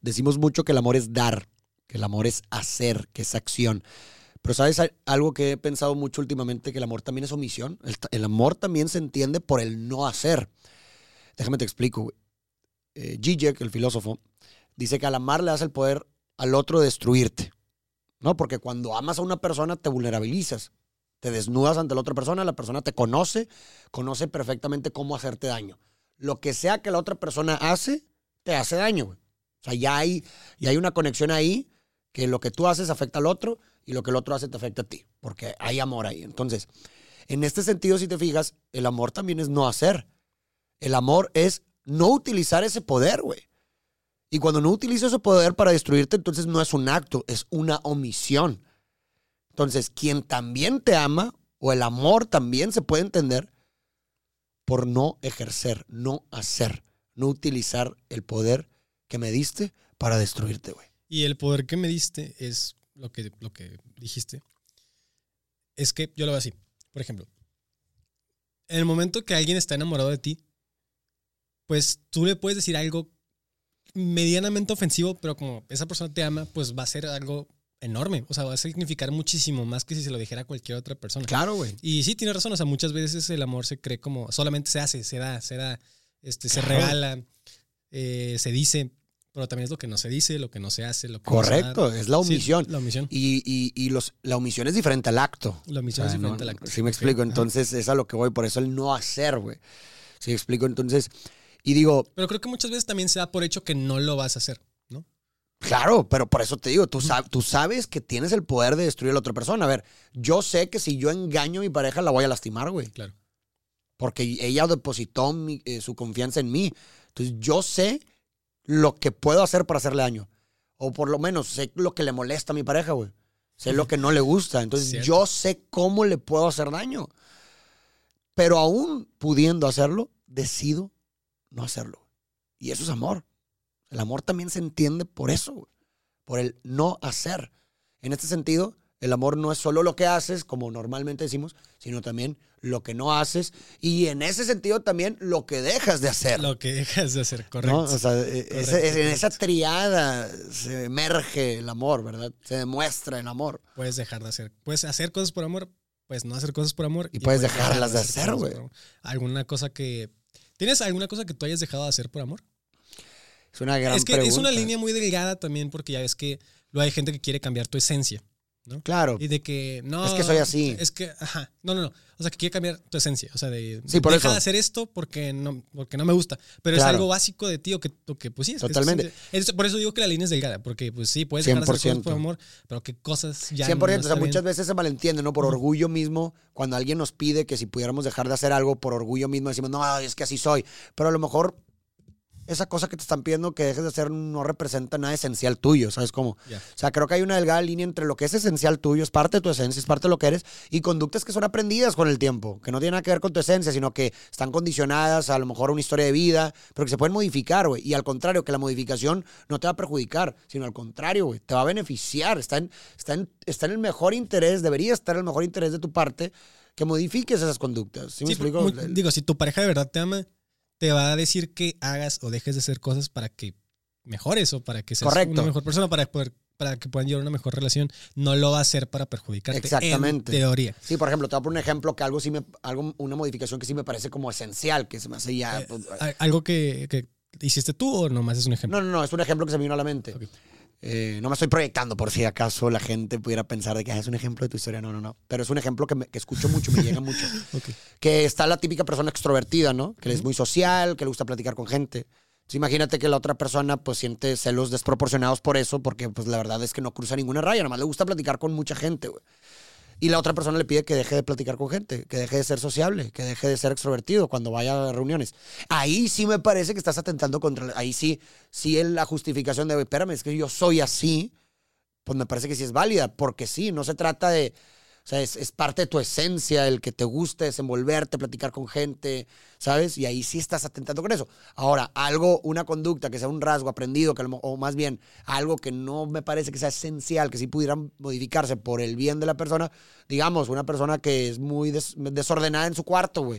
decimos mucho que el amor es dar, que el amor es hacer, que es acción. Pero ¿sabes algo que he pensado mucho últimamente? Que el amor también es omisión. El amor también se entiende por el no hacer. Déjame te explico, güey. Zizek, el filósofo, dice que al amar le das el poder al otro de destruirte, ¿no? Porque cuando amas a una persona te vulnerabilizas, te desnudas ante la otra persona te conoce perfectamente cómo hacerte daño. Lo que sea que la otra persona hace, te hace daño, güey. O sea, ya hay una conexión ahí, que lo que tú haces afecta al otro y lo que el otro hace te afecta a ti, porque hay amor ahí. Entonces, en este sentido, si te fijas, el amor también es no hacer. El amor es no utilizar ese poder, güey. Y cuando no utilizo ese poder para destruirte, entonces no es un acto, es una omisión. Entonces, quien también te ama, o el amor también se puede entender por no ejercer, no hacer, no utilizar el poder que me diste para destruirte, güey. Y el poder que me diste es lo que dijiste. Es que yo lo veo así. Por ejemplo, en el momento que alguien está enamorado de ti, pues tú le puedes decir algo medianamente ofensivo, pero como esa persona te ama, pues va a ser algo enorme. O sea, va a significar muchísimo más que si se lo dijera a cualquier otra persona. Claro, güey. Y sí, tienes razón. O sea, muchas veces el amor se cree como solamente se hace, se da, se Claro. regala, se dice, pero también es lo que no se dice, lo que no se hace, lo que Correcto, no se da. es la omisión. Sí, la omisión. Y la omisión es diferente al acto. La omisión es diferente al acto. Sí me explico. Entonces, es a lo que voy. Por eso el no hacer, güey. Sí me explico. Entonces, y digo... Pero creo que muchas veces también se da por hecho que no lo vas a hacer, ¿no? Claro, pero por eso te digo, tú sabes que tienes el poder de destruir a la otra persona. A ver, yo sé que si yo engaño a mi pareja la voy a lastimar, güey. Claro. Porque ella depositó su confianza en mí. Entonces, yo sé lo que puedo hacer para hacerle daño. O por lo menos sé lo que le molesta a mi pareja, güey. Sé lo que no le gusta. Entonces, Cierto. yo sé cómo le puedo hacer daño. Pero aún pudiendo hacerlo, decido no hacerlo. Y eso es amor. El amor también se entiende por eso, güey. Por el no hacer. En este sentido, el amor no es solo lo que haces, como normalmente decimos, sino también lo que no haces. Y en ese sentido también lo que dejas de hacer. Lo que dejas de hacer, correcto. ¿No? O sea, correcto. En esa triada se emerge el amor, ¿verdad? Se demuestra el amor. Puedes dejar de hacer. Puedes hacer cosas por amor, puedes no hacer cosas por amor. Y puedes dejarlas de hacer, güey. ¿Tienes alguna cosa que tú hayas dejado de hacer por amor? Es una gran pregunta. Es una línea muy delgada también, porque ya ves que luego hay gente que quiere cambiar tu esencia, ¿no? Claro. Y de que no. Es que soy así. Es que, ajá. No. O sea, que quiere cambiar tu esencia. O sea, Sí, por deja eso. de hacer esto porque no me gusta. Pero Claro. es algo básico de ti o que pues sí. Totalmente. Por eso digo que la línea es delgada, porque pues sí, puedes dejar de hacer cosas por 100%. amor, pero que cosas ya 100%. no O sea, está muchas bien. veces se malentiende, ¿no? Por orgullo mismo, cuando alguien nos pide que si pudiéramos dejar de hacer algo por orgullo mismo, decimos, no, es que así soy. Pero a lo mejor esa cosa que te están pidiendo que dejes de hacer no representa nada esencial tuyo, ¿sabes cómo? Ya. O sea, creo que hay una delgada línea entre lo que es esencial tuyo, es parte de tu esencia, es parte de lo que eres, y conductas que son aprendidas con el tiempo, que no tienen nada que ver con tu esencia, sino que están condicionadas a lo mejor a una historia de vida, pero que se pueden modificar, güey. Y al contrario, que la modificación no te va a perjudicar, sino al contrario, güey, te va a beneficiar. Está en el mejor interés, debería estar en el mejor interés de tu parte que modifiques esas conductas. ¿Sí me explico? Digo, si tu pareja de verdad te ama, te va a decir que hagas o dejes de hacer cosas para que mejores o para que seas Correcto. una mejor persona, para que puedan llevar una mejor relación. No lo va a hacer para perjudicarte. Exactamente. En teoría. Sí, por ejemplo, te voy a poner un ejemplo que una modificación que sí me parece como esencial, que se me hace ya... ¿Algo que hiciste tú o nomás es un ejemplo? No, es un ejemplo que se me vino a la mente. Okay. No me estoy proyectando por si acaso la gente pudiera pensar de que es un ejemplo de tu historia. No. Pero es un ejemplo que escucho mucho, me llega mucho. Okay. Que está la típica persona extrovertida, ¿no? Que es muy social, que le gusta platicar con gente. Entonces, imagínate que la otra persona pues siente celos desproporcionados por eso, porque pues la verdad es que no cruza ninguna raya, nada más le gusta platicar con mucha gente, güey. Y la otra persona le pide que deje de platicar con gente, que deje de ser sociable, que deje de ser extrovertido cuando vaya a reuniones. Ahí sí me parece que estás atentando contra... Ahí sí la justificación de, espérame, es que yo soy así, pues me parece que sí es válida, porque sí, no se trata de... O sea, es parte de tu esencia el que te guste desenvolverte, platicar con gente, ¿sabes? Y ahí sí estás atentando con eso. Ahora, una conducta que sea un rasgo aprendido, o más bien algo que no me parece que sea esencial, que sí pudiera modificarse por el bien de la persona, digamos, una persona que es muy desordenada en su cuarto, güey,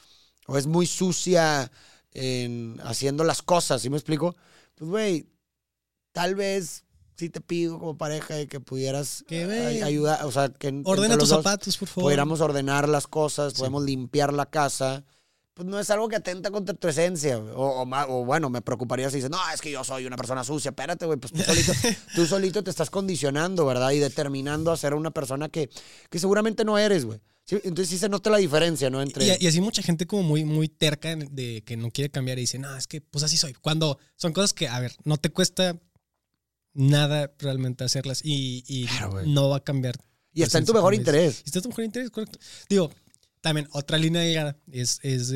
o es muy sucia haciendo las cosas, ¿sí me explico? Pues, güey, tal vez sí te pido como pareja de que pudieras Que ayudar, o sea, que ordena entre tus los dos zapatos, por favor. pudiéramos ordenar las cosas, Sí. podemos limpiar la casa. Pues no es algo que atenta contra tu esencia. O bueno, me preocuparía si dices, no, es que yo soy una persona sucia. Espérate, güey, pues tú solito te estás condicionando, ¿verdad? Y determinando a ser una persona que seguramente no eres, güey. Sí, entonces sí se nota la diferencia, ¿no? Entre... Y así mucha gente como muy, muy terca de que no quiere cambiar y dice, no, es que pues así soy. Cuando son cosas que, a ver, no te cuesta nada realmente hacerlas y Claro, no va a cambiar. Y está en tu mejor interés. Está en tu mejor interés, correcto. Digo, también otra línea delgada es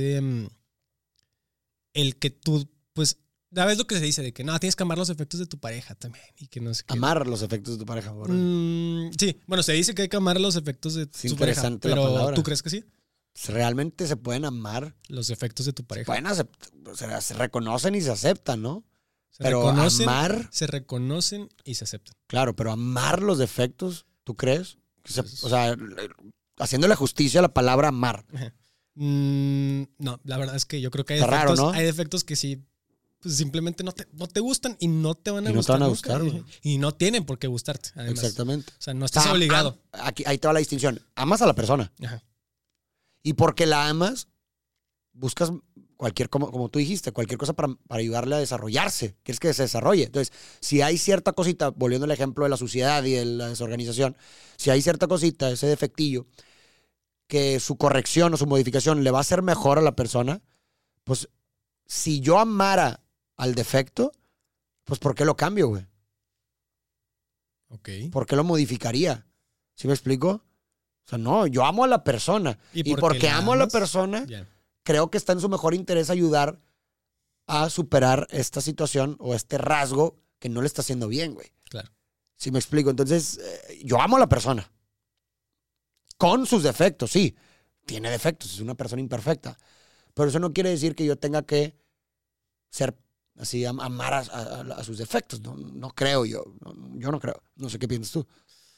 el que tú, pues, ¿sabes lo que se dice? De que no, tienes que amar los efectos de tu pareja también. Y que no sé qué. Amar los efectos de tu pareja, güey. Sí, bueno, se dice que hay que amar los efectos de Es tu pareja. interesante la Pero palabra. ¿tú crees que sí? Realmente se pueden amar, Los efectos de tu pareja. pueden se reconocen y se aceptan, ¿no? Se Pero reconocen, amar, se reconocen y se aceptan. claro, pero amar los defectos, ¿tú crees? O sea, haciéndole justicia a la palabra amar. No, la verdad es que yo creo que hay Está defectos, raro, ¿no? hay defectos que sí, pues simplemente no te gustan y no te van a Y no te gustar. van a nunca. gustar, güey. Y no tienen por qué gustarte, además. Exactamente. O sea, no estás obligado. Ahí te va la distinción. Amas a la persona. Ajá. Y porque la amas, buscas cualquier, como tú dijiste, cualquier cosa para ayudarle a desarrollarse. Quieres que se desarrolle. Entonces, si hay cierta cosita, volviendo al ejemplo de la suciedad y de la desorganización, si hay cierta cosita, ese defectillo, que su corrección o su modificación le va a hacer mejor a la persona, pues si yo amara al defecto, pues ¿por qué lo cambio, güey? Ok. ¿Por qué lo modificaría? ¿Sí me explico? O sea, no, yo amo a la persona. Y porque la amo a la amas, persona, ya. creo que está en su mejor interés ayudar a superar esta situación o este rasgo que no le está haciendo bien, güey. Claro. ¿Sí me explico? Entonces, yo amo a la persona. Con sus defectos, sí. Tiene defectos, es una persona imperfecta. Pero eso no quiere decir que yo tenga que ser así, amar a sus defectos. No creo yo. Yo no creo. No sé qué piensas tú.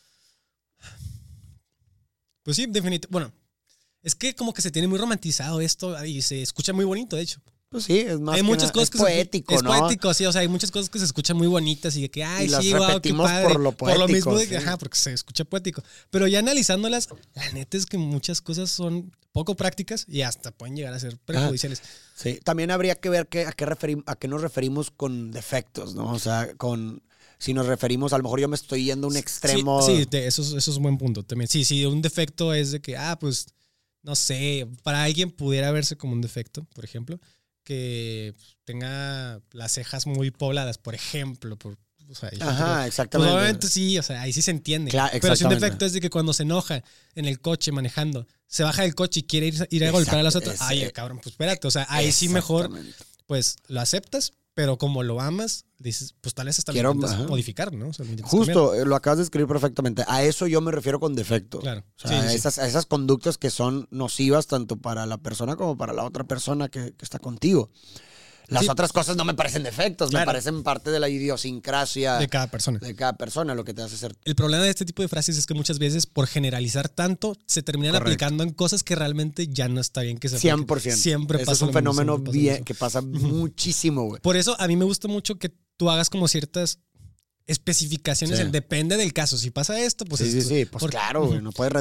Pues sí, definitivamente. Bueno, es que como que se tiene muy romantizado esto y se escucha muy bonito, de hecho. Pues sí, es más Hay muchas cosas es que poético, es ¿no? poético, sí, o sea, hay muchas cosas que se escuchan muy bonitas y de que, ay, Y las sí, wow, qué repetimos padre. por lo poético, mismo de que, sí. ajá, porque se escucha poético. Pero ya analizándolas, la neta es que muchas cosas son poco prácticas y hasta pueden llegar a ser perjudiciales. Sí, también habría que ver a qué nos referimos con defectos, ¿no? O sea, si nos referimos, a lo mejor yo me estoy yendo a un extremo. Sí, eso es un buen punto también. Sí, un defecto es de que, pues, no sé, para alguien pudiera verse como un defecto, por ejemplo, que tenga las cejas muy pobladas, por ejemplo. O sea, Ajá, exactamente. Pues obviamente sí, o sea, ahí sí se entiende. Claro, pero si un exactamente. defecto es de que cuando se enoja en el coche manejando, se baja del coche y quiere ir a golpear a los otros. Ay, cabrón, pues espérate. O sea, ahí sí mejor, pues lo aceptas, pero como lo amas, dices, pues tal vez hasta lo intentas modificar, ¿no? O sea, justo, lo acabas de escribir perfectamente. A eso yo me refiero con defecto. Claro. O sea, a esas conductas que son nocivas tanto para la persona como para la otra persona que está contigo. Las otras cosas no me parecen defectos, me parecen parte de la idiosincrasia de cada persona. De cada persona, lo que te hace ser. El problema de este tipo de frases es que muchas veces, por generalizar tanto, se terminan aplicando en cosas que realmente ya no está bien que se apliquen. 100%. Siempre pasa. Es un fenómeno que pasa muchísimo, güey. Por eso a mí me gusta mucho que tú hagas como ciertas especificaciones. Depende del caso. Si pasa esto, pues sí. Pues claro, güey. No puedes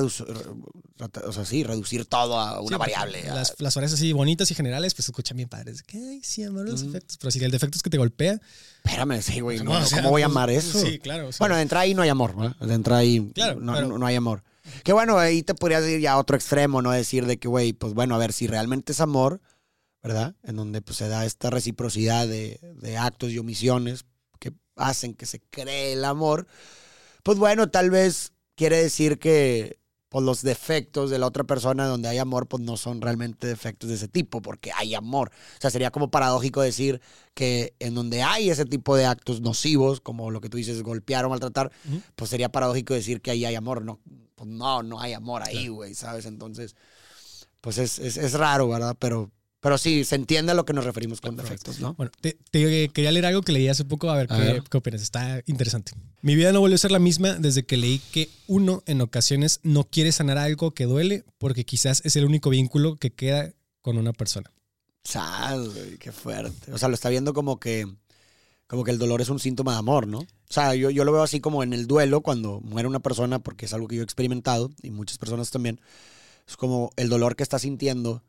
reducir todo a una variable. Las frases así bonitas y generales, pues se escuchan bien padres. Que, ay, sí, amar los efectos. Pero si el defecto es que te golpea. Espérame, sí, güey. ¿Cómo voy a amar eso? Sí, claro. O sea, bueno, de entrada ahí no hay amor, ¿no? De entrada ahí no hay amor. Que bueno, ahí te podrías ir ya a otro extremo, ¿no? Decir de que, güey, pues bueno, a ver, si realmente es amor, ¿verdad? En donde pues se da esta reciprocidad de actos y omisiones que hacen que se cree el amor, pues bueno, tal vez quiere decir que pues los defectos de la otra persona donde hay amor, pues no son realmente defectos de ese tipo, porque hay amor. O sea, sería como paradójico decir que en donde hay ese tipo de actos nocivos, como lo que tú dices, golpear o maltratar, pues sería paradójico decir que ahí hay amor. No, pues no hay amor ahí, güey, ¿sabes? Entonces, pues es raro, ¿verdad? Pero sí, se entiende a lo que nos referimos con defectos, ¿no? Bueno, te quería leer algo que leí hace poco, a ver qué opinas. Está interesante. Mi vida no volvió a ser la misma desde que leí que uno en ocasiones no quiere sanar algo que duele porque quizás es el único vínculo que queda con una persona. Güey, qué fuerte. O sea, lo está viendo como que como que el dolor es un síntoma de amor, ¿no? O sea, yo lo veo así como en el duelo, cuando muere una persona, porque es algo que yo he experimentado, y muchas personas también, es como el dolor que estás sintiendo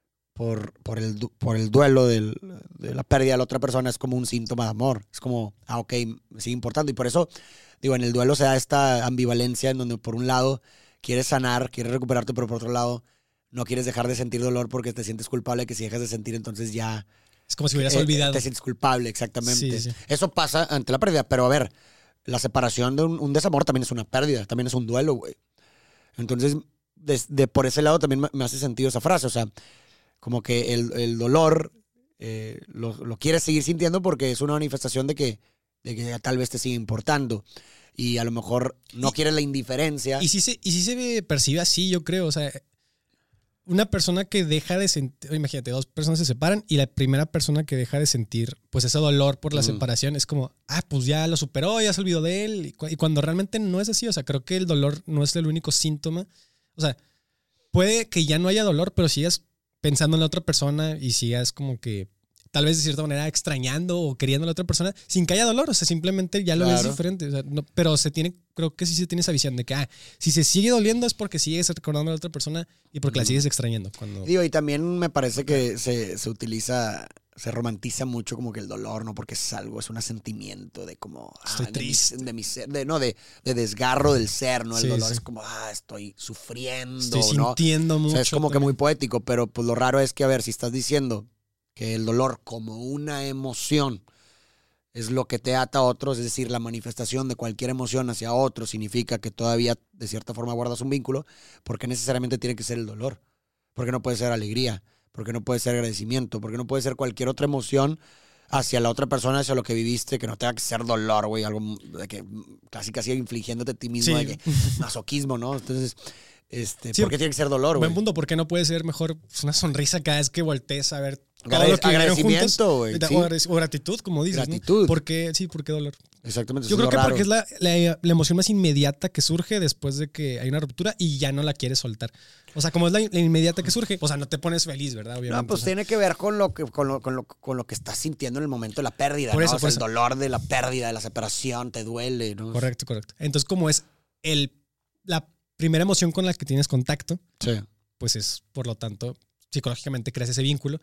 por el duelo de la pérdida de la otra persona, es como un síntoma de amor. Es como, ok, me sigue importando. Y por eso, digo, en el duelo se da esta ambivalencia en donde por un lado quieres sanar, quieres recuperarte, pero por otro lado no quieres dejar de sentir dolor porque te sientes culpable, que si dejas de sentir entonces ya... Es como si hubieras olvidado. Te sientes culpable, exactamente. Sí. Eso pasa ante la pérdida, pero a ver, la separación de un desamor también es una pérdida, también es un duelo, güey. Entonces, por ese lado también me hace sentido esa frase, o sea, como que el dolor lo quieres seguir sintiendo porque es una manifestación de que tal vez te sigue importando. Y a lo mejor no quieres la indiferencia. Y sí se percibe así, yo creo. O sea, una persona que deja de sentir, imagínate, dos personas se separan y la primera persona que deja de sentir pues ese dolor por la separación es como, pues ya lo superó, ya se olvidó de él. Y cuando realmente no es así, o sea, creo que el dolor no es el único síntoma. O sea, puede que ya no haya dolor, pero sigas pensando en la otra persona y sigas como que tal vez de cierta manera extrañando o queriendo a la otra persona sin que haya dolor, o sea, simplemente ya lo ves diferente, o sea, no, pero creo que sí se tiene esa visión de que si se sigue doliendo es porque sigues recordando a la otra persona y porque la sigues extrañando. Digo, y también me parece que se utiliza, se romantiza mucho como que el dolor, ¿no? Porque es algo, es un sentimiento de como... Estoy triste. De mi ser, de desgarro del ser, ¿no? El Sí, dolor sí. es como, estoy sufriendo, Estoy ¿no? sintiendo mucho. O sea, es como también. que muy poético, pero pues lo raro es que, a ver, si estás diciendo que el dolor como una emoción es lo que te ata a otros, es decir, la manifestación de cualquier emoción hacia otro significa que todavía de cierta forma guardas un vínculo, porque necesariamente tiene que ser el dolor, porque no puede ser alegría, porque no puede ser agradecimiento, porque no puede ser cualquier otra emoción hacia la otra persona, hacia lo que viviste, que no tenga que ser dolor, güey, algo de que casi infligiéndote a ti mismo, de que masoquismo, ¿no? Entonces, ¿por qué tiene que ser dolor, güey? Buen punto, ¿por qué no puede ser mejor una sonrisa cada vez que voltees a ver todo lo que vivieron juntos? Güey, o gratitud, como dices, gratitud. ¿no? ¿Por qué dolor? Exactamente. Yo creo que porque es la emoción más inmediata que surge después de que hay una ruptura y ya no la quieres soltar. O sea, como es la inmediata que surge, o sea, no te pones feliz, ¿verdad? Obviamente. No, pues tiene que ver con lo que estás sintiendo en el momento de la pérdida, por ¿no? eso, O sea, el dolor de la pérdida, de la separación, te duele, ¿no? Correcto. Entonces, como es la primera emoción con la que tienes contacto, pues es, por lo tanto, psicológicamente creas ese vínculo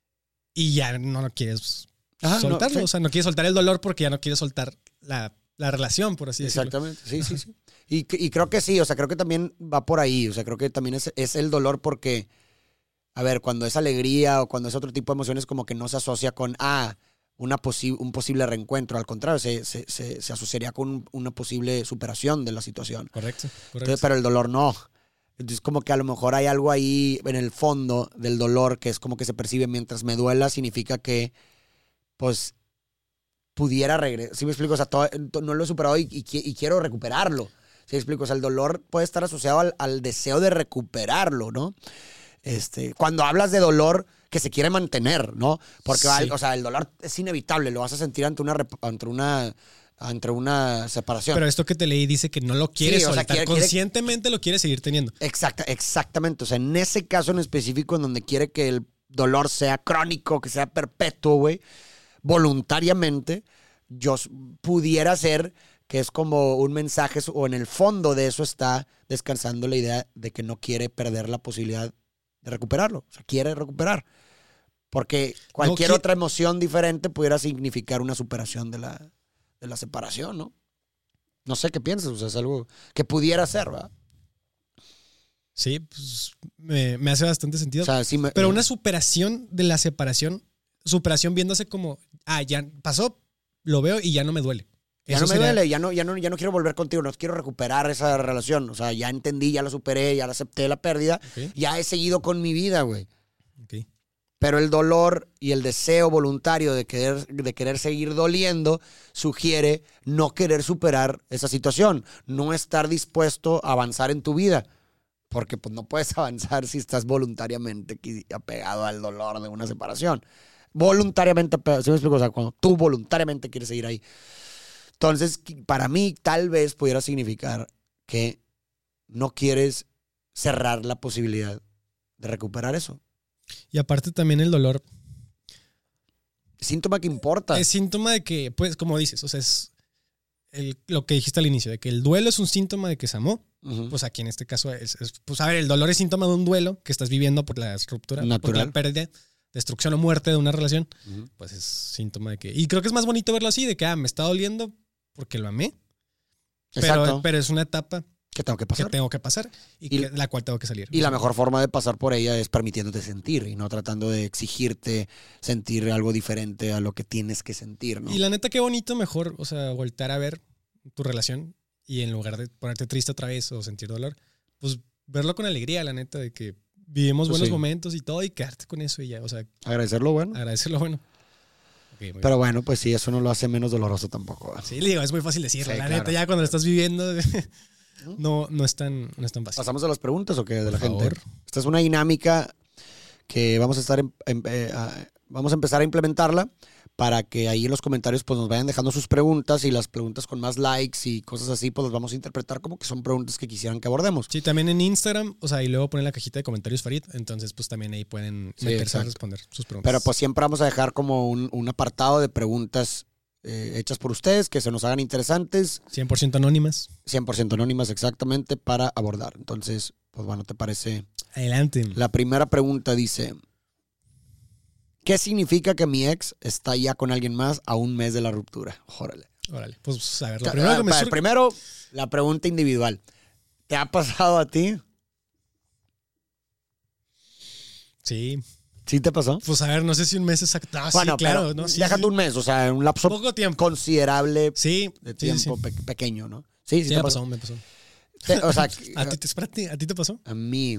y ya no lo quieres soltarlo. O sea, no quieres soltar el dolor porque ya no quieres soltar la relación, por así decirlo. Exactamente, sí. Y creo que sí, o sea, creo que también va por ahí, o sea, creo que también es el dolor porque, a ver, cuando es alegría o cuando es otro tipo de emociones como que no se asocia con, un posible reencuentro, al contrario, se asociaría con una posible superación de la situación. Correcto. Entonces, pero el dolor no. Entonces, como que a lo mejor hay algo ahí en el fondo del dolor que es como que se percibe mientras me duela, significa que, pues, pudiera regresar. ¿Sí me explico? O sea, no lo he superado y quiero recuperarlo. ¿Sí me explico? O sea, el dolor puede estar asociado al deseo de recuperarlo, ¿no? Cuando hablas de dolor que se quiere mantener, ¿no? Porque, o sea, el dolor es inevitable, lo vas a sentir ante una separación. Pero esto que te leí dice que no lo quieres soltar, conscientemente lo quieres seguir teniendo. Exactamente. O sea, en ese caso en específico, en donde quiere que el dolor sea crónico, que sea perpetuo, güey, voluntariamente, yo pudiera ser que es como un mensaje, o en el fondo de eso está descansando la idea de que no quiere perder la posibilidad de recuperarlo. O sea, quiere recuperar. Porque cualquier otra emoción diferente pudiera significar una superación de la separación, ¿no? No sé qué piensas, o sea, es algo que pudiera ser, ¿verdad? Sí, pues me hace bastante sentido. O sea, sí pero una superación de la separación, superación viéndose como, ya pasó, lo veo y ya no me duele. Ya no me duele, ya no quiero volver contigo, no quiero recuperar esa relación. O sea, ya entendí, ya la superé, ya la acepté la pérdida, ya he seguido con mi vida, güey. Okay. Pero el dolor y el deseo voluntario de querer seguir doliendo sugiere no querer superar esa situación, no estar dispuesto a avanzar en tu vida. Porque pues no puedes avanzar si estás voluntariamente apegado al dolor de una separación. Voluntariamente apegado, ¿sí me explico? O sea, cuando tú voluntariamente quieres seguir ahí. Entonces, para mí, tal vez pudiera significar que no quieres cerrar la posibilidad de recuperar eso. Y aparte también el dolor. síntoma que importa. Es síntoma de que, pues, como dices, o sea, es lo que dijiste al inicio, de que el duelo es un síntoma de que se amó. Ujú. Pues aquí en este caso pues a ver, el dolor es síntoma de un duelo que estás viviendo por la ruptura, por Natural. la pérdida, destrucción o muerte de una relación. Ujú. Pues es síntoma de que... Y creo que es más bonito verlo así, de que me está doliendo porque lo amé, Exacto. pero es una etapa ¿Qué tengo que que pasar? tengo que pasar y la cual tengo que salir. Y la mejor forma de pasar por ella es permitiéndote sentir y no tratando de exigirte sentir algo diferente a lo que tienes que sentir, ¿no? Y la neta, qué bonito mejor, o sea, voltear a ver tu relación y en lugar de ponerte triste otra vez o sentir dolor, pues verlo con alegría, la neta, de que vivimos Pues buenos sí. momentos y todo y quedarte con eso y ya, o sea, Agradecerlo, bueno. agradecer lo bueno. Okay, muy Pero bueno, pues sí, eso no lo hace menos doloroso tampoco. bien. Sí, le digo, es muy fácil decirlo, Sí, la claro. neta, ya cuando lo estás viviendo no es tan fácil. ¿Pasamos a las preguntas o qué de la Por gente? favor. Esta es una dinámica que vamos a estar vamos a empezar a implementarla para que ahí en los comentarios pues nos vayan dejando sus preguntas y las preguntas con más likes y cosas así pues las vamos a interpretar como que son preguntas que quisieran que abordemos. Sí, también en Instagram, o sea, y luego ponen la cajita de comentarios Farid, entonces pues también ahí pueden Sí, meterse a exacto. responder sus preguntas. Pero pues siempre vamos a dejar como un apartado de preguntas hechas por ustedes que se nos hagan interesantes, 100% anónimas. 100% anónimas exactamente para abordar. Entonces, pues bueno, ¿te parece? Adelante. La primera pregunta dice, ¿qué significa que mi ex está ya con alguien más a un mes de la ruptura? Órale. Órale, pues a ver, lo primero que me surge... Primero, la pregunta individual. ¿Te ha pasado a ti? Sí, ¿Sí te pasó? pues a ver, no sé si un mes exacto. Ah, Bueno, sí, claro. pero ¿no? Sí, déjate sí. un mes, o sea, un lapso Poco tiempo. considerable Sí, de sí, tiempo sí. pequeño, ¿no? Sí, Sí, te me pasó. pasó, me pasó. O sea, Espérate, ¿a ti te pasó? a mí.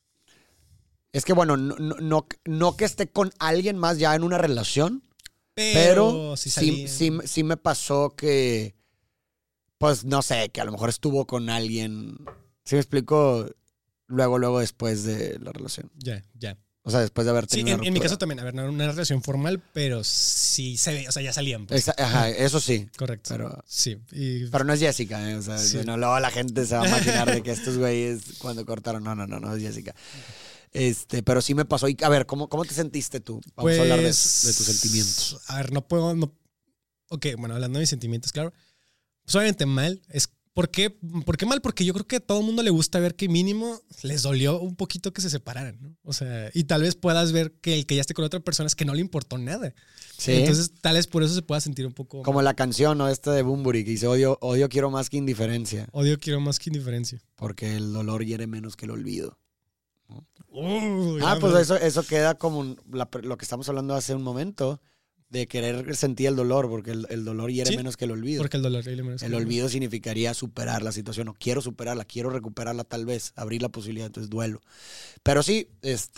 Es que bueno, no que esté con alguien más ya en una relación, pero sí, sí me pasó que, pues no sé, que a lo mejor estuvo con alguien, ¿sí me explico? Luego después de la relación. Ya. O sea, después de haber Sí, tenido en una mi ruptura. caso también, a ver, no era una relación formal, pero sí se ve, o sea, ya salían. Pues. Ajá, eso sí. Correcto. Pero Sí. Y, Pero no es Jessica, ¿eh? O sea, Sí. no, luego la gente se va a imaginar de que estos güeyes cuando cortaron. No es Jessica. Pero sí me pasó. Y, a ver, ¿cómo te sentiste tú? Vamos a hablar de tus sentimientos. A ver, no puedo. Ok, bueno, hablando de mis sentimientos, claro. Pues obviamente mal. ¿Por qué mal? Porque yo creo que a todo el mundo le gusta ver que mínimo les dolió un poquito que se separaran, ¿no? O sea, y tal vez puedas ver que el que ya esté con otra persona es que no le importó nada. Sí. Entonces, tal vez por eso se pueda sentir un poco... Como la canción, ¿no? Esta de Bunbury, que dice, odio quiero más que indiferencia. Odio quiero más que indiferencia. Porque el dolor hiere menos que el olvido. Ya, Pues eso queda como lo que estamos hablando hace un momento, de querer sentir el dolor, porque el dolor hiere Sí, menos que el olvido. Porque el dolor le menos. El olvido significaría superar la situación, o quiero superarla, quiero recuperarla tal vez, abrir la posibilidad, entonces duelo. Pero sí,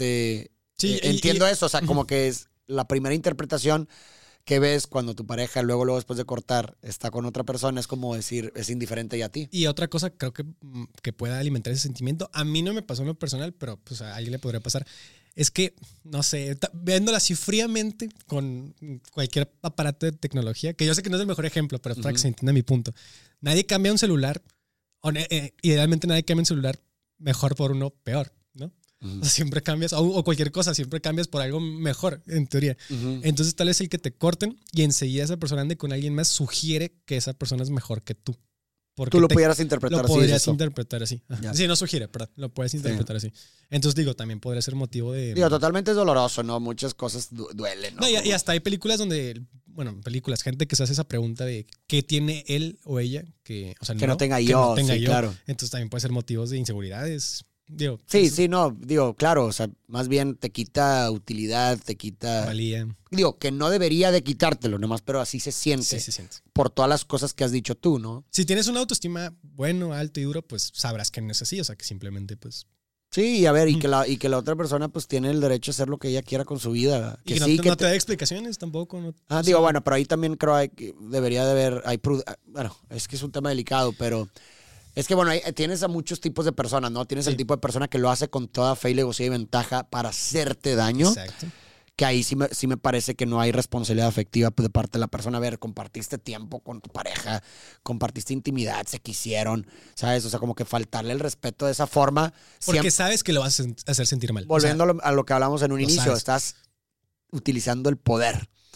Sí, entiendo eso, o sea, como que es la primera interpretación que ves cuando tu pareja luego después de cortar está con otra persona, es como decir, es indiferente ya a ti. Y otra cosa creo que pueda alimentar ese sentimiento, a mí no me pasó en lo personal, pero pues a alguien le podría pasar, es que, no sé, viéndola así fríamente con cualquier aparato de tecnología, que yo sé que no es el mejor ejemplo, pero para que se entienda mi punto. Nadie cambia un celular, idealmente nadie cambia un celular mejor por uno peor, ¿no? O sea, siempre cambias, o cualquier cosa, siempre cambias por algo mejor, en teoría. Entonces, tal vez el que te corten y enseguida esa persona ande con alguien más sugiere que esa persona es mejor que tú. Porque Tú lo pudieras interpretar lo así. podrías interpretar así. Ya. Sí, no sugiere, perdón. Lo puedes interpretar así. Entonces, digo, también podría ser motivo de... Digo, totalmente es doloroso, ¿no? Muchas cosas duelen, ¿no? No, y hasta hay películas donde... Bueno, películas, gente que se hace esa pregunta de qué tiene él o ella que... O sea, que no tenga que yo, no tenga sí, yo. claro. Entonces también puede ser motivos de inseguridades. Digo, Digo, claro, o sea, más bien te quita utilidad, te quita... valía. Digo, que no debería de quitártelo nomás, pero así se siente Sí, se siente. por todas las cosas que has dicho tú, ¿no? Si tienes una autoestima bueno, alto y duro, pues sabrás que no es así. O sea, que simplemente, pues... Sí, y a ver, y que la otra persona pues tiene el derecho a hacer lo que ella quiera con su vida. Y que sí, no te da explicaciones tampoco. No, digo, bueno, pero ahí también creo que debería de haber... bueno, es que es un tema delicado, pero... Es que, bueno, tienes a muchos tipos de personas, ¿no? Tienes el tipo de persona que lo hace con toda fe y alevosía y ventaja para hacerte daño. Exacto. Que ahí sí me parece que no hay responsabilidad afectiva de parte de la persona. A ver, compartiste tiempo con tu pareja, compartiste intimidad, se quisieron, ¿sabes? O sea, como que faltarle el respeto de esa forma. Porque sabes que lo vas a hacer sentir mal. Volviendo a lo que hablamos en un inicio, sabes. estás utilizando el poder.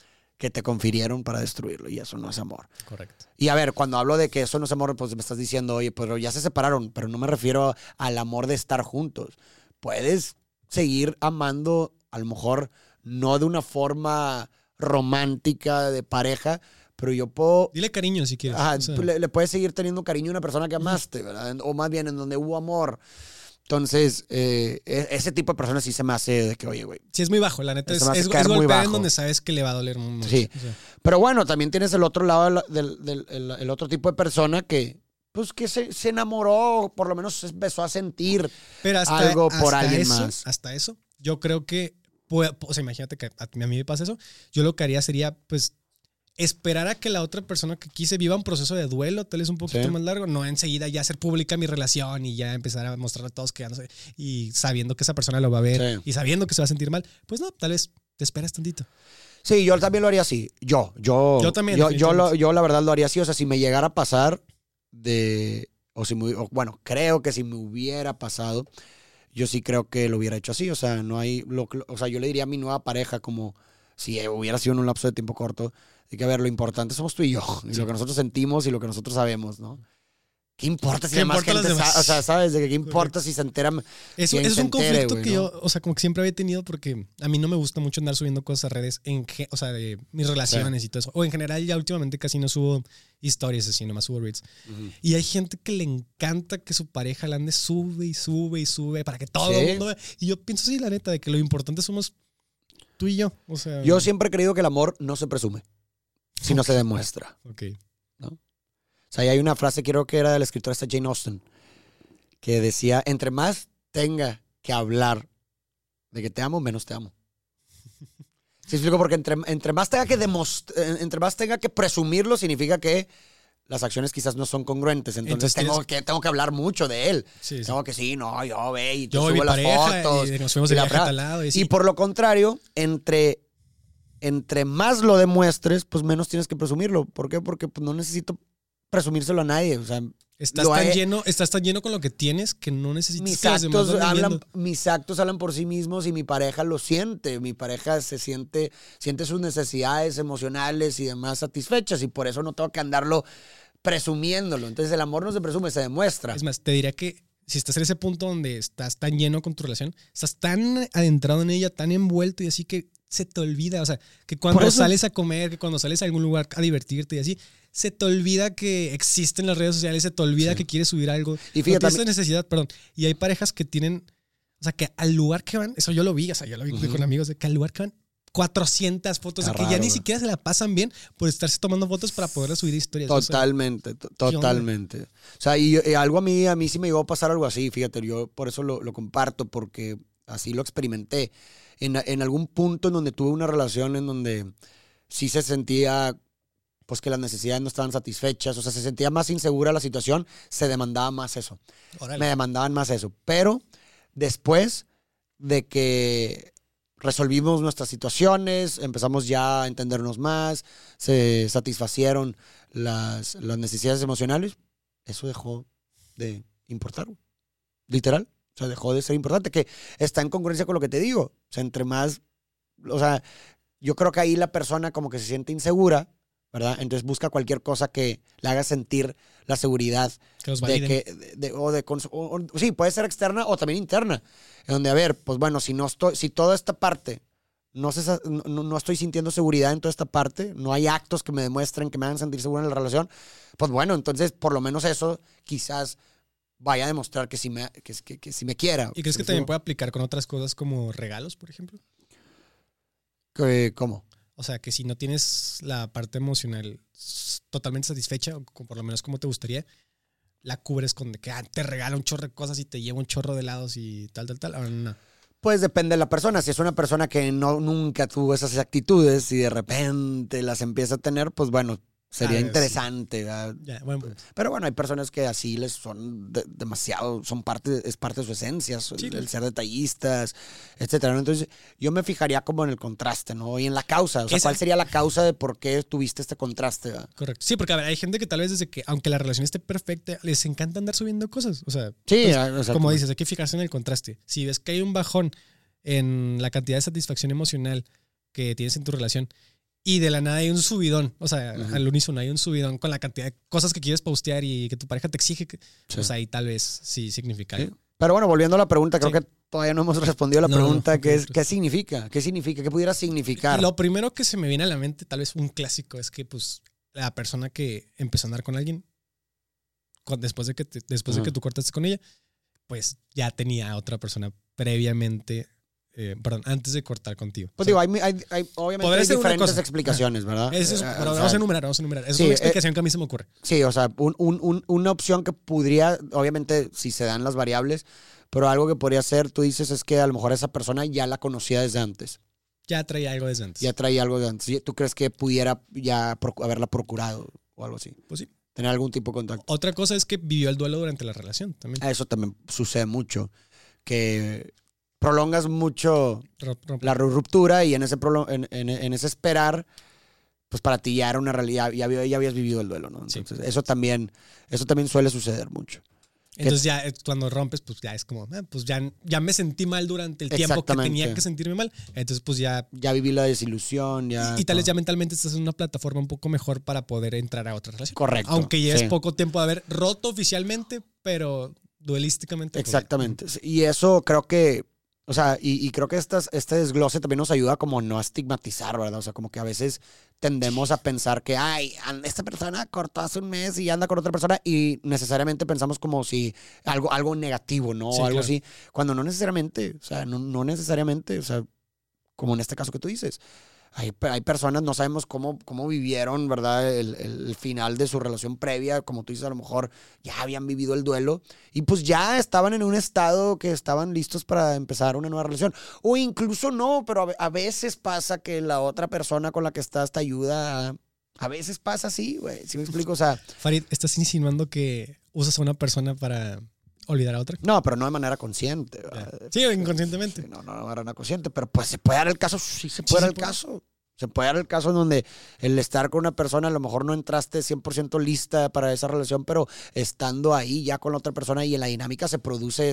que te confirieron para destruirlo y eso no es amor. Correcto. Y a ver, cuando hablo de que eso no es amor, pues me estás diciendo, oye, pero ya se separaron, pero no me refiero al amor de estar juntos. Puedes seguir amando, a lo mejor no de una forma romántica de pareja, pero yo puedo... Dile cariño si quieres. Ajá, O sea, le puedes seguir teniendo cariño a una persona que amaste, ¿verdad? O más bien en donde hubo amor. Entonces, ese tipo de personas sí se me hace de que, oye, güey. sí, es muy bajo, la neta. Se Es, me hace es caer muy golpear bajo. en donde sabes que le va a doler mucho. Sí. O sea, Pero bueno, también tienes el otro lado el otro tipo de persona que, pues, que se enamoró, o por lo menos empezó a sentir pero hasta, algo por hasta alguien eso, más. Hasta eso, yo creo que, o sea, imagínate que a mí me pasa eso. Yo lo que haría sería, pues, esperar a que la otra persona que quise viva un proceso de duelo, tal vez un poquito Sí. más largo, no enseguida ya hacer pública mi relación y ya empezar a mostrarle a todos que ya no sé, y sabiendo que esa persona lo va a ver Sí. y sabiendo que se va a sentir mal, pues no, tal vez te esperas tantito. Sí, yo también lo haría así. Yo también, yo la verdad lo haría así. O sea, si me llegara a pasar bueno, creo que si me hubiera pasado, yo sí creo que lo hubiera hecho así. O sea, no hay, o sea, yo le diría a mi nueva pareja como si hubiera sido en un lapso de tiempo corto, de que a ver, lo importante somos tú y yo, y lo que nosotros sentimos y lo que nosotros sabemos, ¿no? ¿Qué importa si ¿Qué demás importa los gente demás? O sea, ¿sabes? De que qué importa si se enteran. Eso quien es se un entere, conflicto güey, que ¿no? yo, o sea, como que siempre había tenido porque a mí no me gusta mucho andar subiendo cosas a redes, o sea, de mis relaciones y todo eso. O en general ya últimamente casi no subo historias así, nomás subo reels. Ujú. Y hay gente que le encanta que su pareja la ande sube y sube y sube para que todo Sí. el mundo vea. Y yo pienso sí, la neta, de que lo importante somos tú y yo. O sea, Yo siempre he creído que el amor no se presume, sino se demuestra. Ok. O sea, y hay una frase, creo que era de la escritora esta Jane Austen, que decía, entre más tenga que hablar de que te amo, menos te amo. ¿Sí explico? Porque entre más tenga que entre más tenga que presumirlo, significa que las acciones quizás no son congruentes. Entonces tengo que hablar mucho de él. Sí, sí. Tengo que no, yo ve y te Yo y mi subo las pareja fotos. y nos fuimos y de la viaje a fregada. tal lado. Y por lo contrario, entre más lo demuestres, pues menos tienes que presumirlo. ¿Por qué? Porque pues, no necesito presumírselo a nadie. O sea, estás tan lleno con lo que tienes que no necesitas mis que los demás lo anden viendo. mis actos hablan por sí mismos y mi pareja lo siente. Mi pareja siente sus necesidades emocionales y demás satisfechas y por eso no tengo que andarlo presumiéndolo. Entonces el amor no se presume, se demuestra. Es más, te diría que si estás en ese punto donde estás tan lleno con tu relación, estás tan adentrado en ella, tan envuelto y así que se te olvida, o sea, que cuando sales a comer, que cuando sales a algún lugar a divertirte y así, se te olvida que existen las redes sociales, se te olvida que quieres subir algo. Y fíjate, no tienes necesidad, perdón. Y hay parejas que tienen, o sea, que al lugar que van, eso yo lo vi, o sea, yo lo vi con amigos, de que al lugar que van 400 fotos, o sea, que ya ni siquiera se la pasan bien por estarse tomando fotos para poder subir historias. Totalmente, o sea, totalmente. O sea, y algo a mí sí me llegó a pasar algo así, fíjate, yo por eso lo comparto, porque así lo experimenté. En algún punto en donde tuve una relación en donde sí se sentía pues que las necesidades no estaban satisfechas, o sea, se sentía más insegura la situación, se demandaba más eso. Órale. Me demandaban más eso. Pero después de que resolvimos nuestras situaciones, empezamos ya a entendernos más, se satisfacieron las necesidades emocionales, eso dejó de importar, literal. O sea, dejó de ser importante, que está en congruencia con lo que te digo. O sea, entre más, o sea, yo creo que ahí la persona como que se siente insegura, ¿verdad? Entonces busca cualquier cosa que le haga sentir la seguridad que los de validen. que, sí, puede ser externa o también interna. En donde, a ver, pues bueno, si toda esta parte no estoy sintiendo seguridad en toda esta parte, no hay actos que me demuestren que me hagan sentir seguro en la relación, pues bueno, entonces por lo menos eso quizás vaya a demostrar que sí me quiera. ¿Y crees que también puede aplicar con otras cosas como regalos, por ejemplo? ¿Cómo? O sea, que si no tienes la parte emocional totalmente satisfecha, o por lo menos como te gustaría, la cubres con de que te regala un chorro de cosas y te lleva un chorro de helados y tal. ¿O no? Pues depende de la persona. Si es una persona que nunca tuvo esas actitudes y de repente las empieza a tener, pues bueno, sería interesante. Sí. Ya, bueno, pues. Pero bueno, hay personas que así les son demasiado, es parte de su esencia, Sí, el ser detallistas, etcétera. Entonces, yo me fijaría como en el contraste, ¿no? Y en la causa. O sea, ¿cuál sería la causa de por qué tuviste este contraste? ¿Verdad? Correcto. Sí, porque a ver, hay gente que tal vez desde que, aunque la relación esté perfecta, les encanta andar subiendo cosas. O sea, sí, pues, como dices, hay que fijarse en el contraste. Si ves que hay un bajón en la cantidad de satisfacción emocional que tienes en tu relación y de la nada hay un subidón. O sea, Ujú. al unísono hay un subidón con la cantidad de cosas que quieres postear y que tu pareja te exige. Sí. Pues ahí tal vez sí significa Sí. algo. Pero bueno, volviendo a la pregunta, creo Sí. que todavía no hemos respondido a la No, pregunta, ok, que es, pues. ¿qué significa? ¿Qué significa? ¿Qué pudiera significar? Lo primero que se me viene a la mente, tal vez un clásico, es que pues la persona que empezó a andar con alguien, después de que tú cortaste con ella, pues ya tenía a otra persona previamente, antes de cortar contigo. Pues O sea, digo, hay obviamente podría hay ser una diferentes cosa. explicaciones, ¿verdad? pero O sea, vamos a enumerar. Esa sí, es una explicación que a mí se me ocurre. sí, o sea, una opción que podría, obviamente, si se dan las variables, pero algo que podría ser, tú dices, es que a lo mejor esa persona ya la conocía desde antes. Ya traía algo desde antes. Ya traía algo de antes. ¿Tú crees que pudiera ya haberla procurado o algo así? Pues sí. Tener algún tipo de contacto. Otra cosa es que vivió el duelo durante la relación también. Eso también sucede mucho. Que prolongas mucho la ruptura y en en ese esperar, pues para ti ya era una realidad, ya habías vivido el duelo, ¿no? Entonces, Sí. eso también suele suceder mucho. Entonces ya cuando rompes, pues ya es como, pues ya me sentí mal durante el tiempo que tenía que sentirme mal. Entonces pues ya... Ya viví la desilusión, ya... Y tal vez ya mentalmente estás en una plataforma un poco mejor para poder entrar a otra relación. Correcto. Aunque ya sí. es poco tiempo de haber roto oficialmente, pero duelísticamente. Exactamente. Y eso creo que... O sea, y creo que este desglose también nos ayuda como no a estigmatizar, ¿verdad? O sea, como que a veces tendemos a pensar que, ay, esta persona cortó hace un mes y anda con otra persona y necesariamente pensamos como si algo negativo, ¿no? Sí, o algo claro. así. Cuando no necesariamente, o sea, no necesariamente, o sea, como en este caso que tú dices. Hay personas, no sabemos cómo vivieron, ¿verdad? El final de su relación previa. Como tú dices, a lo mejor ya habían vivido el duelo y pues ya estaban en un estado que estaban listos para empezar una nueva relación. O incluso no, pero a veces pasa que la otra persona con la que estás te ayuda. A veces pasa así, güey. ¿Sí me explico? O sea... Farid, ¿estás insinuando que usas a una persona para olvidar a otra? No, pero no de manera consciente. Sí, inconscientemente. Sí, no de manera consciente, pero pues se puede dar el caso, sí se puede dar el caso. Se puede dar el caso en donde el estar con una persona, a lo mejor no entraste 100% lista para esa relación, pero estando ahí ya con la otra persona y en la dinámica se produce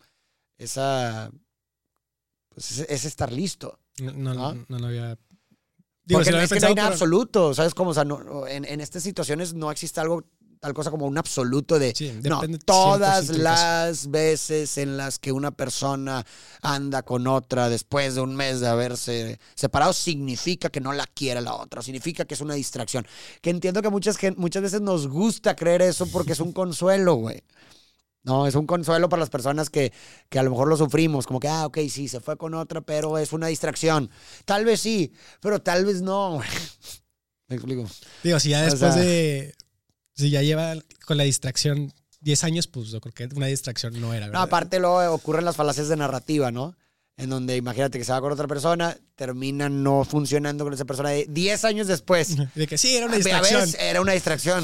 pues ese estar listo. No lo había... Porque sí lo había es que no hay pensado, nada pero... absoluto, ¿sabes? Como, o sea, en estas situaciones no existe tal cosa como un absoluto de... Sí, no, depende todas 100% del las veces en las que una persona anda con otra después de un mes de haberse separado, significa que no la quiere la otra, significa que es una distracción. Que entiendo que muchas veces nos gusta creer eso porque es un consuelo, güey. No, es un consuelo para las personas que a lo mejor lo sufrimos, como que, ok, sí, se fue con otra, pero es una distracción. Tal vez sí, pero tal vez no, güey. ¿Me explico? Digo, si ya O después sea, de... Si ya lleva con la distracción 10 años, pues yo creo que una distracción no era, ¿verdad? No, aparte luego ocurren las falacias de narrativa, ¿no? En donde imagínate que se va con otra persona, termina no funcionando con esa persona de 10 años después. De que sí, era una A distracción. ver, era una distracción.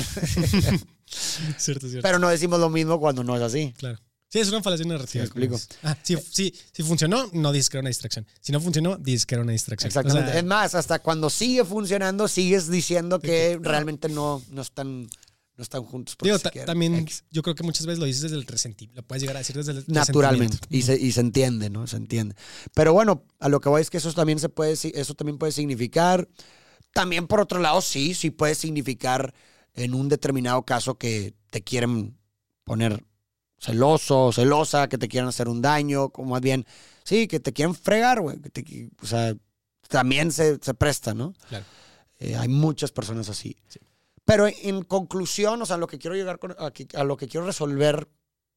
Cierto. Pero no decimos lo mismo cuando no es así. Claro. Sí, es una falacia narrativa. Sí, me explico. Si funcionó, no dices que era una distracción. Si no funcionó, dices que era una distracción. Exactamente. O sea, Es más, hasta cuando sigue funcionando, sigues diciendo que realmente no están juntos. digo, se quieren. también yo creo que muchas veces lo dices desde el resentimiento. Lo puedes llegar a decir desde el Naturalmente. resentimiento. Y se entiende, ¿no? Se entiende. Pero bueno, a lo que voy es que eso también puede significar. También, por otro lado, sí puede significar en un determinado caso que te quieren poner celoso o celosa, que te quieren hacer un daño, como más bien, sí, que te quieren fregar, güey. O sea, también se presta, ¿no? Claro. Hay muchas personas así. Sí. Pero en conclusión, o sea, lo que quiero llegar a lo que quiero resolver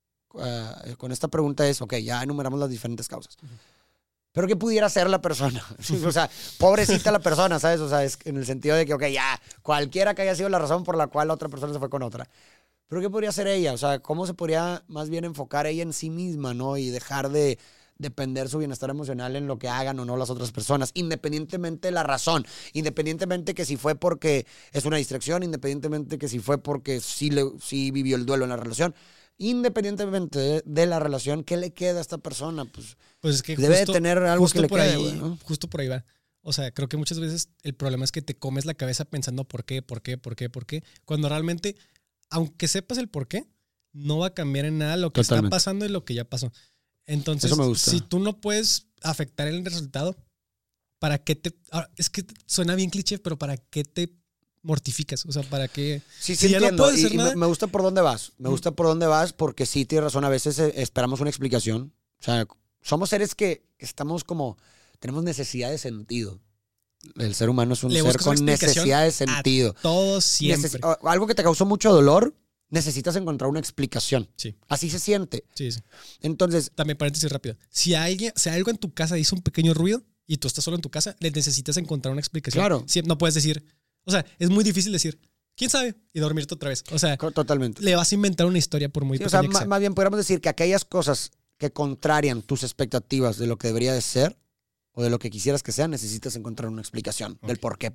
con esta pregunta es, ok, ya enumeramos las diferentes causas. Pero ¿qué pudiera ser la persona? O sea, pobrecita la persona, ¿sabes? O sea, es en el sentido de que, ok, ya, cualquiera que haya sido la razón por la cual la otra persona se fue con otra. Pero ¿qué podría ser ella? O sea, ¿cómo se podría más bien enfocar ella en sí misma, ¿no? Y dejar de depender su bienestar emocional en lo que hagan o no las otras personas, independientemente de la razón, independientemente que si fue porque es una distracción, independientemente que si fue porque sí vivió el duelo en la relación, independientemente de la relación, ¿qué le queda a esta persona? Pues es que debe de tener algo que le quede, güey, ¿no? Justo por ahí va. O sea, creo que muchas veces el problema es que te comes la cabeza pensando por qué, cuando realmente, aunque sepas el por qué, no va a cambiar en nada lo que está pasando y lo que ya pasó. Entonces, si tú no puedes afectar el resultado, ¿para qué te...? Ahora, es que suena bien cliché, pero ¿para qué te mortificas? O sea, ¿para qué...? Sí, Si ya no entiendo. puedes hacer Y nada. me gusta por dónde vas. Me gusta por dónde vas porque sí tienes razón. A veces esperamos una explicación. O sea, somos seres que estamos como... Tenemos necesidad de sentido. El ser humano es un Le ser buscas una con explicación necesidad de sentido. Todo siempre. Algo que te causó mucho dolor, necesitas encontrar una explicación. Sí. Así se siente. Sí. Entonces, También paréntesis rápido. Si algo en tu casa hizo un pequeño ruido y tú estás solo en tu casa, le necesitas encontrar una explicación. Claro. No puedes decir... O sea, es muy difícil decir, ¿quién sabe? Y dormirte otra vez. O sea, totalmente. le vas a inventar una historia por muy Sí, o sea, pequeña que sea. más bien podríamos decir que aquellas cosas que contrarian tus expectativas de lo que debería de ser o de lo que quisieras que sea, necesitas encontrar una explicación del por qué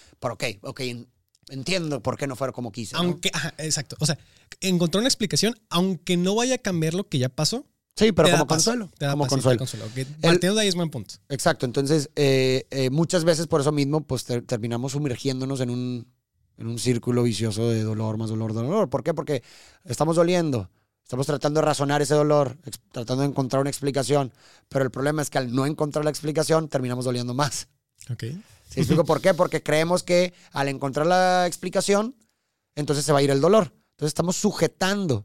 ok, entiendo por qué no fuera como quise. Aunque, ajá, exacto. O sea, encontrar una explicación, aunque no vaya a cambiar lo que ya pasó. Sí, pero te da como paz, consuelo. te da Como paz, sí, consuelo. te consuelo. Okay. Partiendo de ahí es buen punto. Exacto. Entonces, muchas veces por eso mismo, pues terminamos sumergiéndonos en un círculo vicioso de dolor, más dolor, dolor. ¿Por qué? Porque estamos doliendo. Estamos tratando de razonar ese dolor, tratando de encontrar una explicación. Pero el problema es que al no encontrar la explicación, terminamos doliendo más. Ok. ¿Sí explico por qué? Porque creemos que al encontrar la explicación, entonces se va a ir el dolor. Entonces estamos sujetando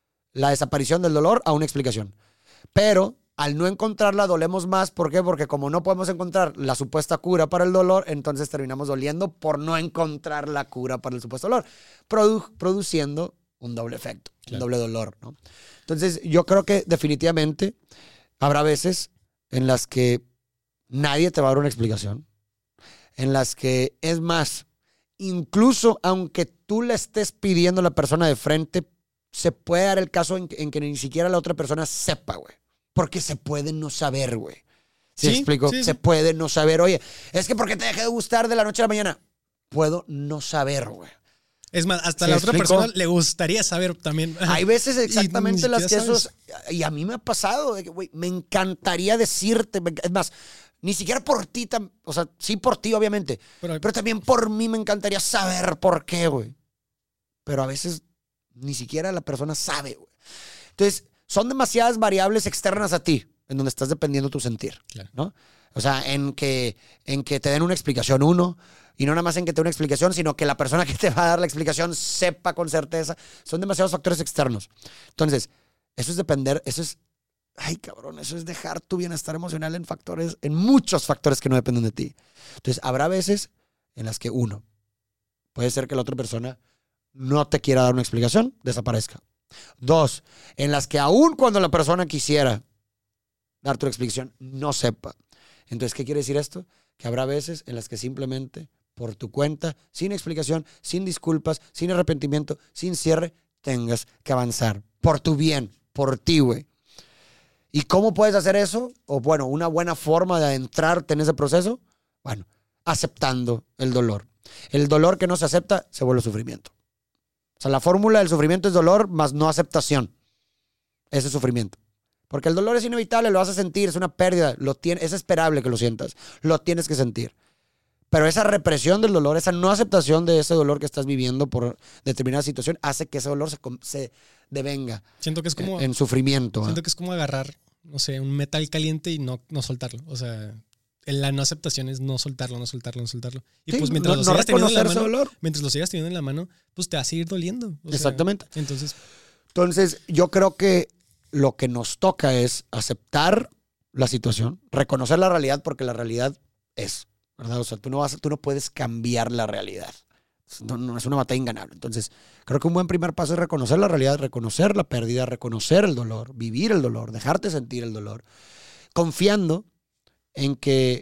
la desaparición del dolor a una explicación. Pero al no encontrarla, dolemos más. ¿Por qué? Porque como no podemos encontrar la supuesta cura para el dolor, entonces terminamos doliendo por no encontrar la cura para el supuesto dolor, produciendo un doble efecto, claro, un doble dolor, ¿no? Entonces, yo creo que definitivamente habrá veces en las que nadie te va a dar una explicación, en las que, es más, incluso aunque tú le estés pidiendo a la persona de frente, se puede dar el caso en que ni siquiera la otra persona sepa, güey. Porque se puede no saber, güey. ¿Sí me explico? Sí. Se puede no saber. Oye, es que ¿por qué te dejé de gustar de la noche a la mañana? Puedo no saber, güey. Es más, hasta la otra persona le gustaría saber también. Hay veces exactamente en las que sabes. y a mí me ha pasado, de que, güey, me encantaría decirte, es más, ni siquiera por ti, o sea, sí por ti, obviamente, pero también por mí me encantaría saber por qué, güey. Pero a veces ni siquiera la persona sabe, güey. Entonces, son demasiadas variables externas a ti, en donde estás dependiendo tu sentir, claro, ¿no? O sea, en que te den una explicación uno, y no nada más en que te den una explicación, sino que la persona que te va a dar la explicación sepa con certeza. Son demasiados factores externos. Entonces, eso es depender, eso es dejar tu bienestar emocional en muchos factores que no dependen de ti. Entonces, habrá veces en las que puede ser que la otra persona no te quiera dar una explicación, desaparezca. 2, en las que aún cuando la persona quisiera darte una explicación, no sepa. Entonces, ¿qué quiere decir esto? Que habrá veces en las que simplemente por tu cuenta, sin explicación, sin disculpas, sin arrepentimiento, sin cierre, tengas que avanzar. Por tu bien, por ti, güey. ¿Y cómo puedes hacer eso? O bueno, una buena forma de adentrarte en ese proceso, bueno, aceptando el dolor. El dolor que no se acepta se vuelve sufrimiento. O sea, la fórmula del sufrimiento es dolor más no aceptación. Ese es sufrimiento. Porque el dolor es inevitable, lo vas a sentir, es una pérdida, es esperable que lo sientas, lo tienes que sentir. Pero esa represión del dolor, esa no aceptación de ese dolor que estás viviendo por determinada situación, hace que ese dolor se devenga. Siento que es como en sufrimiento. Siento que es como agarrar, no sé, un metal caliente y no soltarlo. O sea, la no aceptación es no soltarlo. Y sí, pues mientras no lo sigas teniendo en la mano, dolor. mientras lo sigas teniendo en la mano, pues te va a seguir doliendo. Exactamente. Entonces, yo creo que lo que nos toca es aceptar la situación, reconocer la realidad porque la realidad es, ¿verdad? O sea, tú no puedes cambiar la realidad. No es una batalla inganable. Entonces, creo que un buen primer paso es reconocer la realidad, reconocer la pérdida, reconocer el dolor, vivir el dolor, dejarte sentir el dolor, confiando en que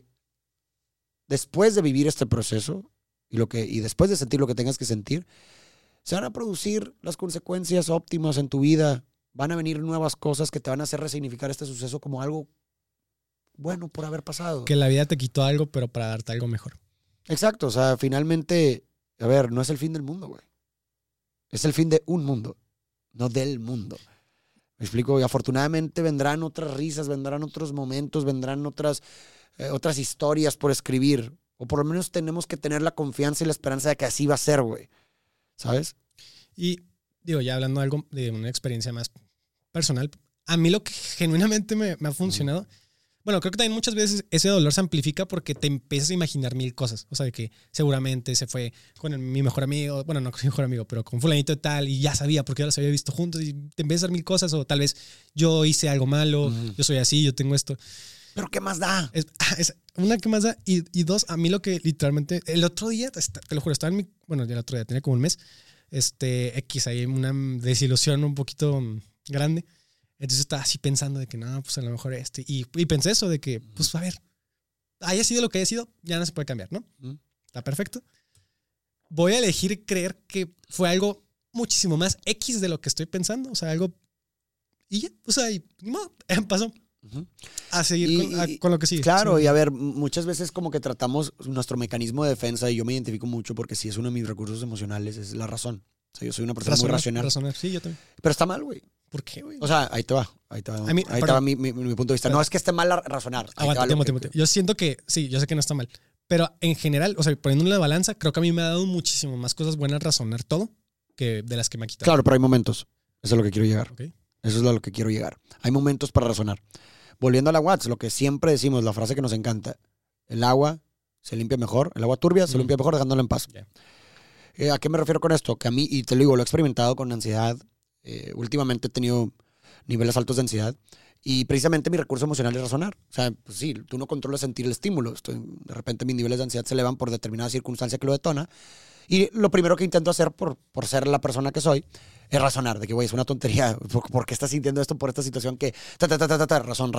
después de vivir este proceso y después de sentir lo que tengas que sentir, se van a producir las consecuencias óptimas en tu vida. Van a venir nuevas cosas que te van a hacer resignificar este suceso como algo bueno por haber pasado. Que la vida te quitó algo, pero para darte algo mejor. Exacto. O sea, finalmente, a ver, no es el fin del mundo, güey. Es el fin de un mundo, no del mundo. Me explico. Y afortunadamente vendrán otras risas, vendrán otros momentos, vendrán otras historias por escribir. O por lo menos tenemos que tener la confianza y la esperanza de que así va a ser, güey. ¿Sabes? Y digo, ya hablando algo de una experiencia más personal, a mí lo que genuinamente me ha funcionado, Bueno, creo que también muchas veces ese dolor se amplifica porque te empiezas a imaginar mil cosas. O sea, de que seguramente se fue con mi mejor amigo, bueno, no con mi mejor amigo, pero con fulanito de tal y ya sabía porque ya los había visto juntos y te empiezas a dar mil cosas o tal vez yo hice algo malo, yo soy así, yo tengo esto. ¿Pero qué más da? Es una que más da y dos, a mí lo que literalmente, el otro día, te lo juro, estaba en bueno, ya el otro día, tenía como un mes, hay una desilusión un poquito grande. Entonces estaba así pensando de que no, pues a lo mejor y pensé eso de que, pues a ver, haya sido lo que haya sido, ya no se puede cambiar, ¿no? Está perfecto. Voy a elegir creer que fue algo muchísimo más X de lo que estoy pensando, o sea, algo y ya, o sea, y ni modo, pasó. A seguir con lo que sigue. Claro, sí. Y a ver, muchas veces como que tratamos nuestro mecanismo de defensa, y yo me identifico mucho porque si es uno de mis recursos emocionales, es la razón. O sea, yo soy una persona muy racional. Razonar, sí, yo también. Pero está mal, güey. ¿Por qué, güey? O sea, ahí te va mi punto de vista. No es que esté mal razonar. Aguanta. Yo siento que, sí, yo sé que no está mal. Pero en general, o sea, poniéndole la balanza, creo que a mí me ha dado muchísimo más cosas buenas razonar todo que de las que me ha quitado. Claro, pero hay momentos. Eso es lo que quiero llegar. Okay. Eso es a lo que quiero llegar. Hay momentos para razonar. Volviendo a la Watts, lo que siempre decimos, la frase que nos encanta. El agua se limpia mejor, el agua turbia se limpia mejor dejándola en paz. Yeah. ¿A qué me refiero con esto? Que a mí, y te lo digo, lo he experimentado con ansiedad. Últimamente he tenido niveles altos de ansiedad y precisamente mi recurso emocional es razonar. O sea, pues sí, tú no controlas sentir el estímulo. De repente mis niveles de ansiedad se elevan por determinada circunstancia que lo detona. Y lo primero que intento hacer por ser la persona que soy es razonar. De que, güey, es una tontería. ¿Por qué estás sintiendo esto por esta situación que... razón.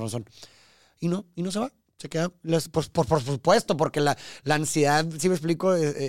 Y no se va. Se queda, por supuesto, porque la ansiedad, si me explico,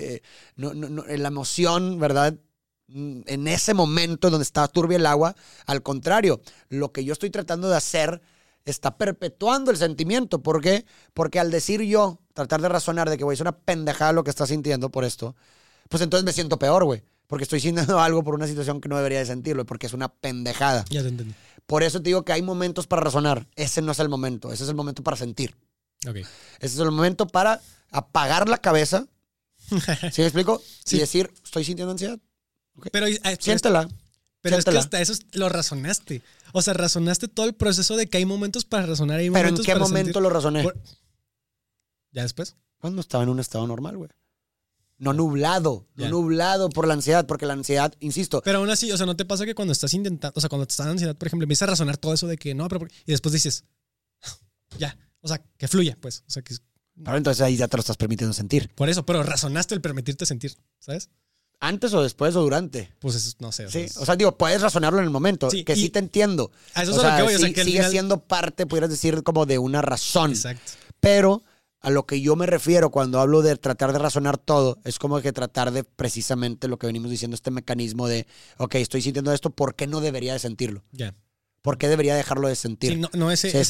la emoción, ¿verdad? En ese momento donde está turbia el agua, al contrario, lo que yo estoy tratando de hacer está perpetuando el sentimiento. ¿Por qué? Porque al decir yo, tratar de razonar de que, güey, es una pendejada lo que estás sintiendo por esto, pues entonces me siento peor, güey. Porque estoy sintiendo algo por una situación que no debería de sentirlo, porque es una pendejada. Ya te entendí. Por eso te digo que hay momentos para razonar. Ese no es el momento. Ese es el momento para sentir. Okay. Ese es el momento para apagar la cabeza. ¿Sí me explico? Sí. Y decir, estoy sintiendo ansiedad. Okay. Pero siéntela. Pero es que hasta eso lo razonaste. O sea, razonaste todo el proceso de que hay momentos para razonar. Hay ¿Pero en momentos qué para momento sentir. lo razoné? ¿Ya después? Cuando estaba en un estado normal, güey. No nublado por la ansiedad, porque la ansiedad, insisto. Pero aún así, o sea, ¿no te pasa que cuando estás intentando, o sea, cuando te estás en ansiedad, por ejemplo, empiezas a razonar todo eso de que no, pero y después dices, ya, o sea, que fluya, pues, o sea, que... Pero entonces ahí ya te lo estás permitiendo sentir. Por eso, pero razonaste el permitirte sentir, ¿sabes? ¿Antes o después o durante? Pues eso, no sé. Sí, o sea, digo, puedes razonarlo en el momento, sí, que sí te entiendo. A eso es a lo que voy, o sea, que sigue final... siendo parte, pudieras decir, como de una razón. Exacto. Pero a lo que yo me refiero cuando hablo de tratar de razonar todo, es como que tratar de precisamente lo que venimos diciendo, este mecanismo de, ok, estoy sintiendo esto, ¿por qué no debería de sentirlo? Ya. ¿Por qué debería dejarlo de sentir? Sí, no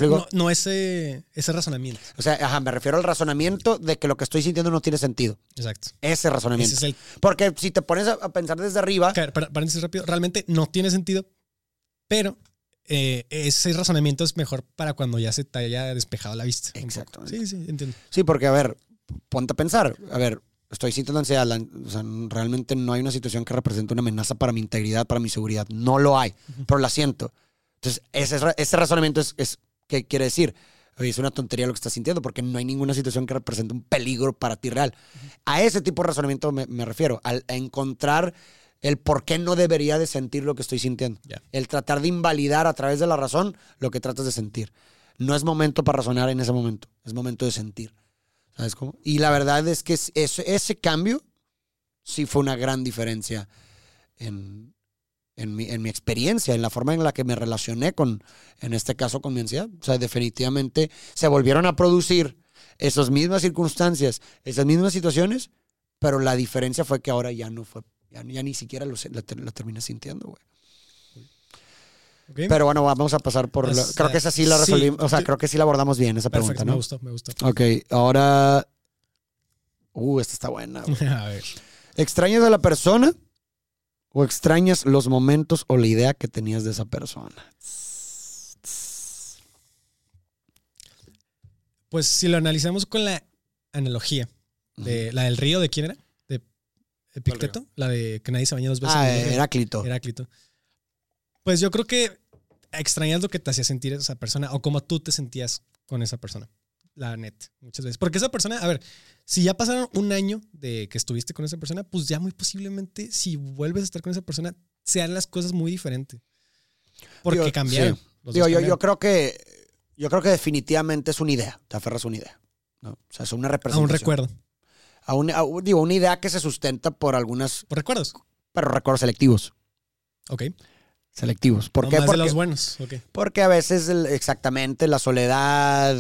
ese razonamiento. O sea, me refiero al razonamiento de que lo que estoy sintiendo no tiene sentido. Exacto. Ese razonamiento. Ese es Porque si te pones a pensar desde arriba... Paréntesis rápido. Realmente no tiene sentido, pero ese razonamiento es mejor para cuando ya se te haya despejado la vista. Exacto. Sí, entiendo. Sí, porque, a ver, ponte a pensar. A ver, estoy sintiendo ansiedad. O sea, realmente no hay una situación que represente una amenaza para mi integridad, para mi seguridad. No lo hay, pero la siento. Entonces, ese razonamiento es ¿qué quiere decir? Oye, es una tontería lo que estás sintiendo porque no hay ninguna situación que represente un peligro para ti real. A ese tipo de razonamiento me refiero, a encontrar el por qué no debería de sentir lo que estoy sintiendo. Yeah. El tratar de invalidar a través de la razón lo que tratas de sentir. No es momento para razonar en ese momento, es momento de sentir. ¿Sabes cómo? Y la verdad es que ese cambio sí fue una gran diferencia en mi experiencia, en la forma en la que me relacioné en este caso, con mi ansiedad. O sea, definitivamente se volvieron a producir esas mismas circunstancias, esas mismas situaciones, pero la diferencia fue que ahora ya no fue, ya ni siquiera la terminé sintiendo, güey. Okay. Pero bueno, vamos a pasar por... creo que esa sí la resolvimos, o sea, creo que sí la abordamos bien, esa pregunta, ¿no? Me gustó. Ok, ahora... esta está buena, güey. A ver. ¿Extrañas a la persona o extrañas los momentos o la idea que tenías de esa persona? Pues si lo analizamos con la analogía de la del río, ¿de quién era? ¿De Epicteto? La de que nadie se baña dos veces. Heráclito. Pues yo creo que extrañas lo que te hacía sentir esa persona o cómo tú te sentías con esa persona. La neta, muchas veces. Porque esa persona, a ver, si ya pasaron un año de que estuviste con esa persona, pues ya muy posiblemente si vuelves a estar con esa persona, sean las cosas muy diferentes. Porque Digo, cambiaron. sí. Los Digo, dos yo cambiaron. creo que definitivamente es una idea. Te aferras a una idea, ¿no? O sea, es una A representación. un recuerdo. Digo, una idea que se sustenta por algunas, ¿Por recuerdos? pero recuerdos selectivos. Ok. Selectivos. ¿Por No qué? más de Porque, los buenos. Ok. porque a veces exactamente la soledad,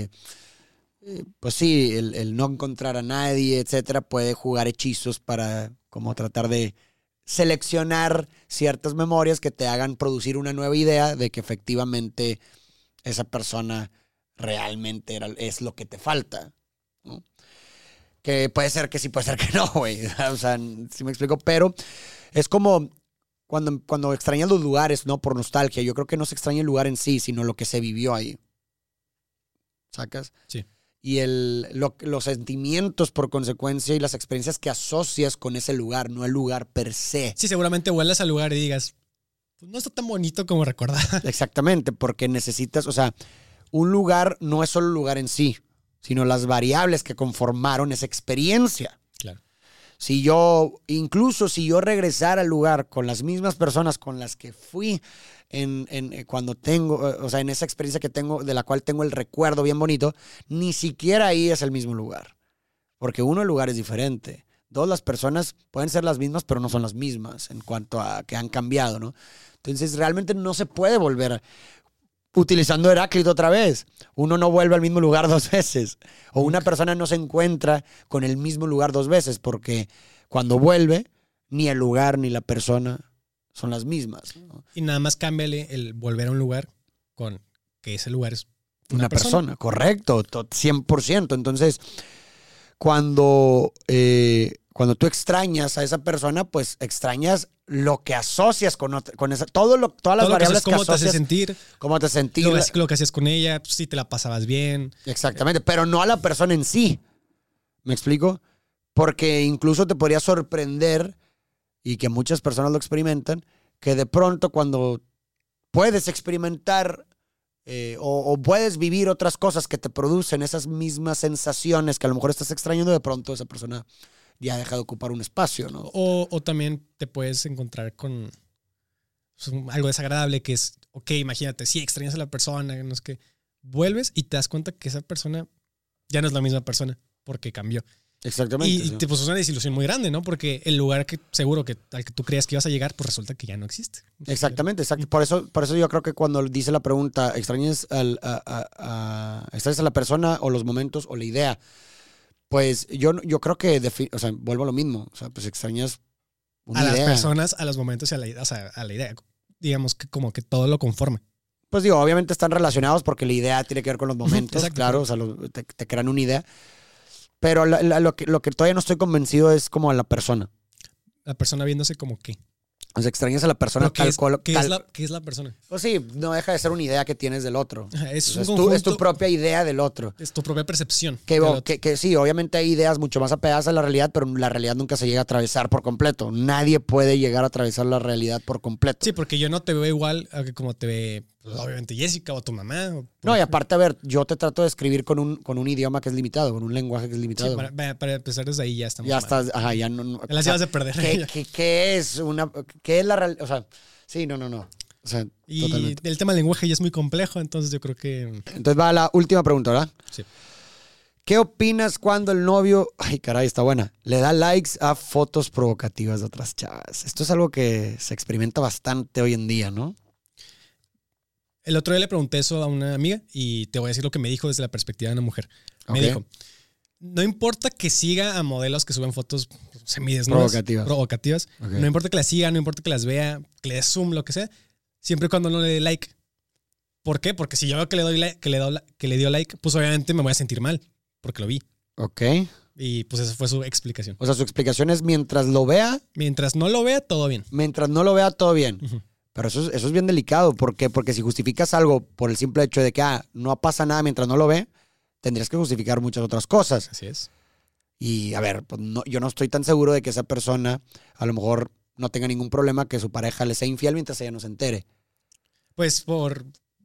pues sí, el no encontrar a nadie, etcétera, puede jugar hechizos para como tratar de seleccionar ciertas memorias que te hagan producir una nueva idea de que efectivamente esa persona realmente es lo que te falta, ¿no? Que puede ser que sí, puede ser que no, güey. O sea, sí me explico, pero es como cuando extrañas los lugares, ¿no? Por nostalgia. Yo creo que no se extraña el lugar en sí, sino lo que se vivió ahí. ¿Sacas? Sí. Y los sentimientos por consecuencia y las experiencias que asocias con ese lugar, no el lugar per se. Sí, seguramente vuelas al lugar y digas, pues no está tan bonito como recordaba. Exactamente, porque necesitas, o sea, un lugar no es solo el lugar en sí, sino las variables que conformaron esa experiencia. Claro. Incluso si yo regresara al lugar con las mismas personas con las que fui cuando tengo, o sea, en esa experiencia que tengo, de la cual tengo el recuerdo bien bonito, ni siquiera ahí es el mismo lugar. Porque uno, el lugar es diferente. Dos, las personas pueden ser las mismas, pero no son las mismas en cuanto a que han cambiado, ¿no? Entonces, realmente no se puede volver utilizando Heráclito otra vez. Uno no vuelve al mismo lugar dos veces. O una persona no se encuentra con el mismo lugar dos veces, porque cuando vuelve, ni el lugar ni la persona son las mismas, ¿no? Y nada más cámbiale el volver a un lugar con que ese lugar es Una persona. Correcto, 100%. Entonces, cuando tú extrañas a esa persona, pues extrañas lo que asocias con esa, todas las Todo lo variables que cómo te hace asocias, sentir, cómo te sentís. lo que hacías con ella, pues, si te la pasabas bien. Exactamente, pero no a la persona en sí. ¿Me explico? Porque incluso te podría sorprender, y que muchas personas lo experimentan, que de pronto cuando puedes experimentar o puedes vivir otras cosas que te producen esas mismas sensaciones que a lo mejor estás extrañando, de pronto esa persona ya deja de ocupar un espacio, ¿no? O también te puedes encontrar con pues, algo desagradable que es, ok, imagínate, sí, extrañas a la persona, no es que vuelves y te das cuenta que esa persona ya no es la misma persona porque cambió. Exactamente. Y Sí. te puso una desilusión muy grande, ¿no? Porque el lugar que seguro que al que tú creías que ibas a llegar, pues resulta que ya no existe. Exactamente. Por eso yo creo que cuando dice la pregunta, ¿extrañas extrañas a la persona o los momentos o la idea? Pues yo creo que, o sea, vuelvo a lo mismo. O sea, pues extrañas una A idea. las personas, a los momentos y a la, o sea, a la idea. Digamos que como que todo lo conforma. Pues digo, obviamente están relacionados porque la idea tiene que ver con los momentos, Exacto, claro, o sea, te crean una idea. Pero lo que todavía no estoy convencido es como a la persona. La persona viéndose como qué. O sea, extrañas a la persona Pero tal cual. ¿qué es la persona? Pues sí, no deja de ser una idea que tienes del otro. Es O sea, un conjunto, es tu propia idea del otro. es tu propia percepción. Que sí, obviamente hay ideas mucho más apegadas a la realidad, pero la realidad nunca se llega a atravesar por completo. Nadie puede llegar a atravesar la realidad por completo. Sí, porque yo no te veo igual a que como te ve, pues, obviamente, Jessica o tu mamá. No, y aparte, a ver, yo te trato de escribir con un idioma que es limitado, con un lenguaje que es limitado. Sí, para empezar desde ahí ya estamos Ya mal. estás, ajá, ya no. Ya las llevas de perder. ¿Qué es la realidad? O sea, sí, no. O sea, Y totalmente. el tema del lenguaje ya es muy complejo, entonces yo creo que... Entonces va a la última pregunta, ¿verdad? Sí. ¿Qué opinas cuando el novio, ay caray, está buena, le da likes a fotos provocativas de otras chavas? Esto es algo que se experimenta bastante hoy en día, ¿no? El otro día le pregunté eso a una amiga y te voy a decir lo que me dijo desde la perspectiva de una mujer. Me Ok. dijo, no importa que siga a modelos que suben fotos semidesnudas, provocativas. Ok. No importa que las siga, no importa que las vea, que le dé zoom, lo que sea, siempre y cuando no le dé like. ¿Por qué? Porque si yo veo que le dio like, pues obviamente me voy a sentir mal, porque lo vi. Ok. Y pues esa fue su explicación. O sea, su explicación es mientras lo vea, Mientras no lo vea, todo bien. mientras no lo vea, todo bien. Ujú. Pero eso es bien delicado. ¿Por qué? Porque si justificas algo por el simple hecho de que no pasa nada mientras no lo ve, tendrías que justificar muchas otras cosas. Así es. Y a ver, pues yo no estoy tan seguro de que esa persona a lo mejor no tenga ningún problema que su pareja le sea infiel mientras ella no se entere. Pues por...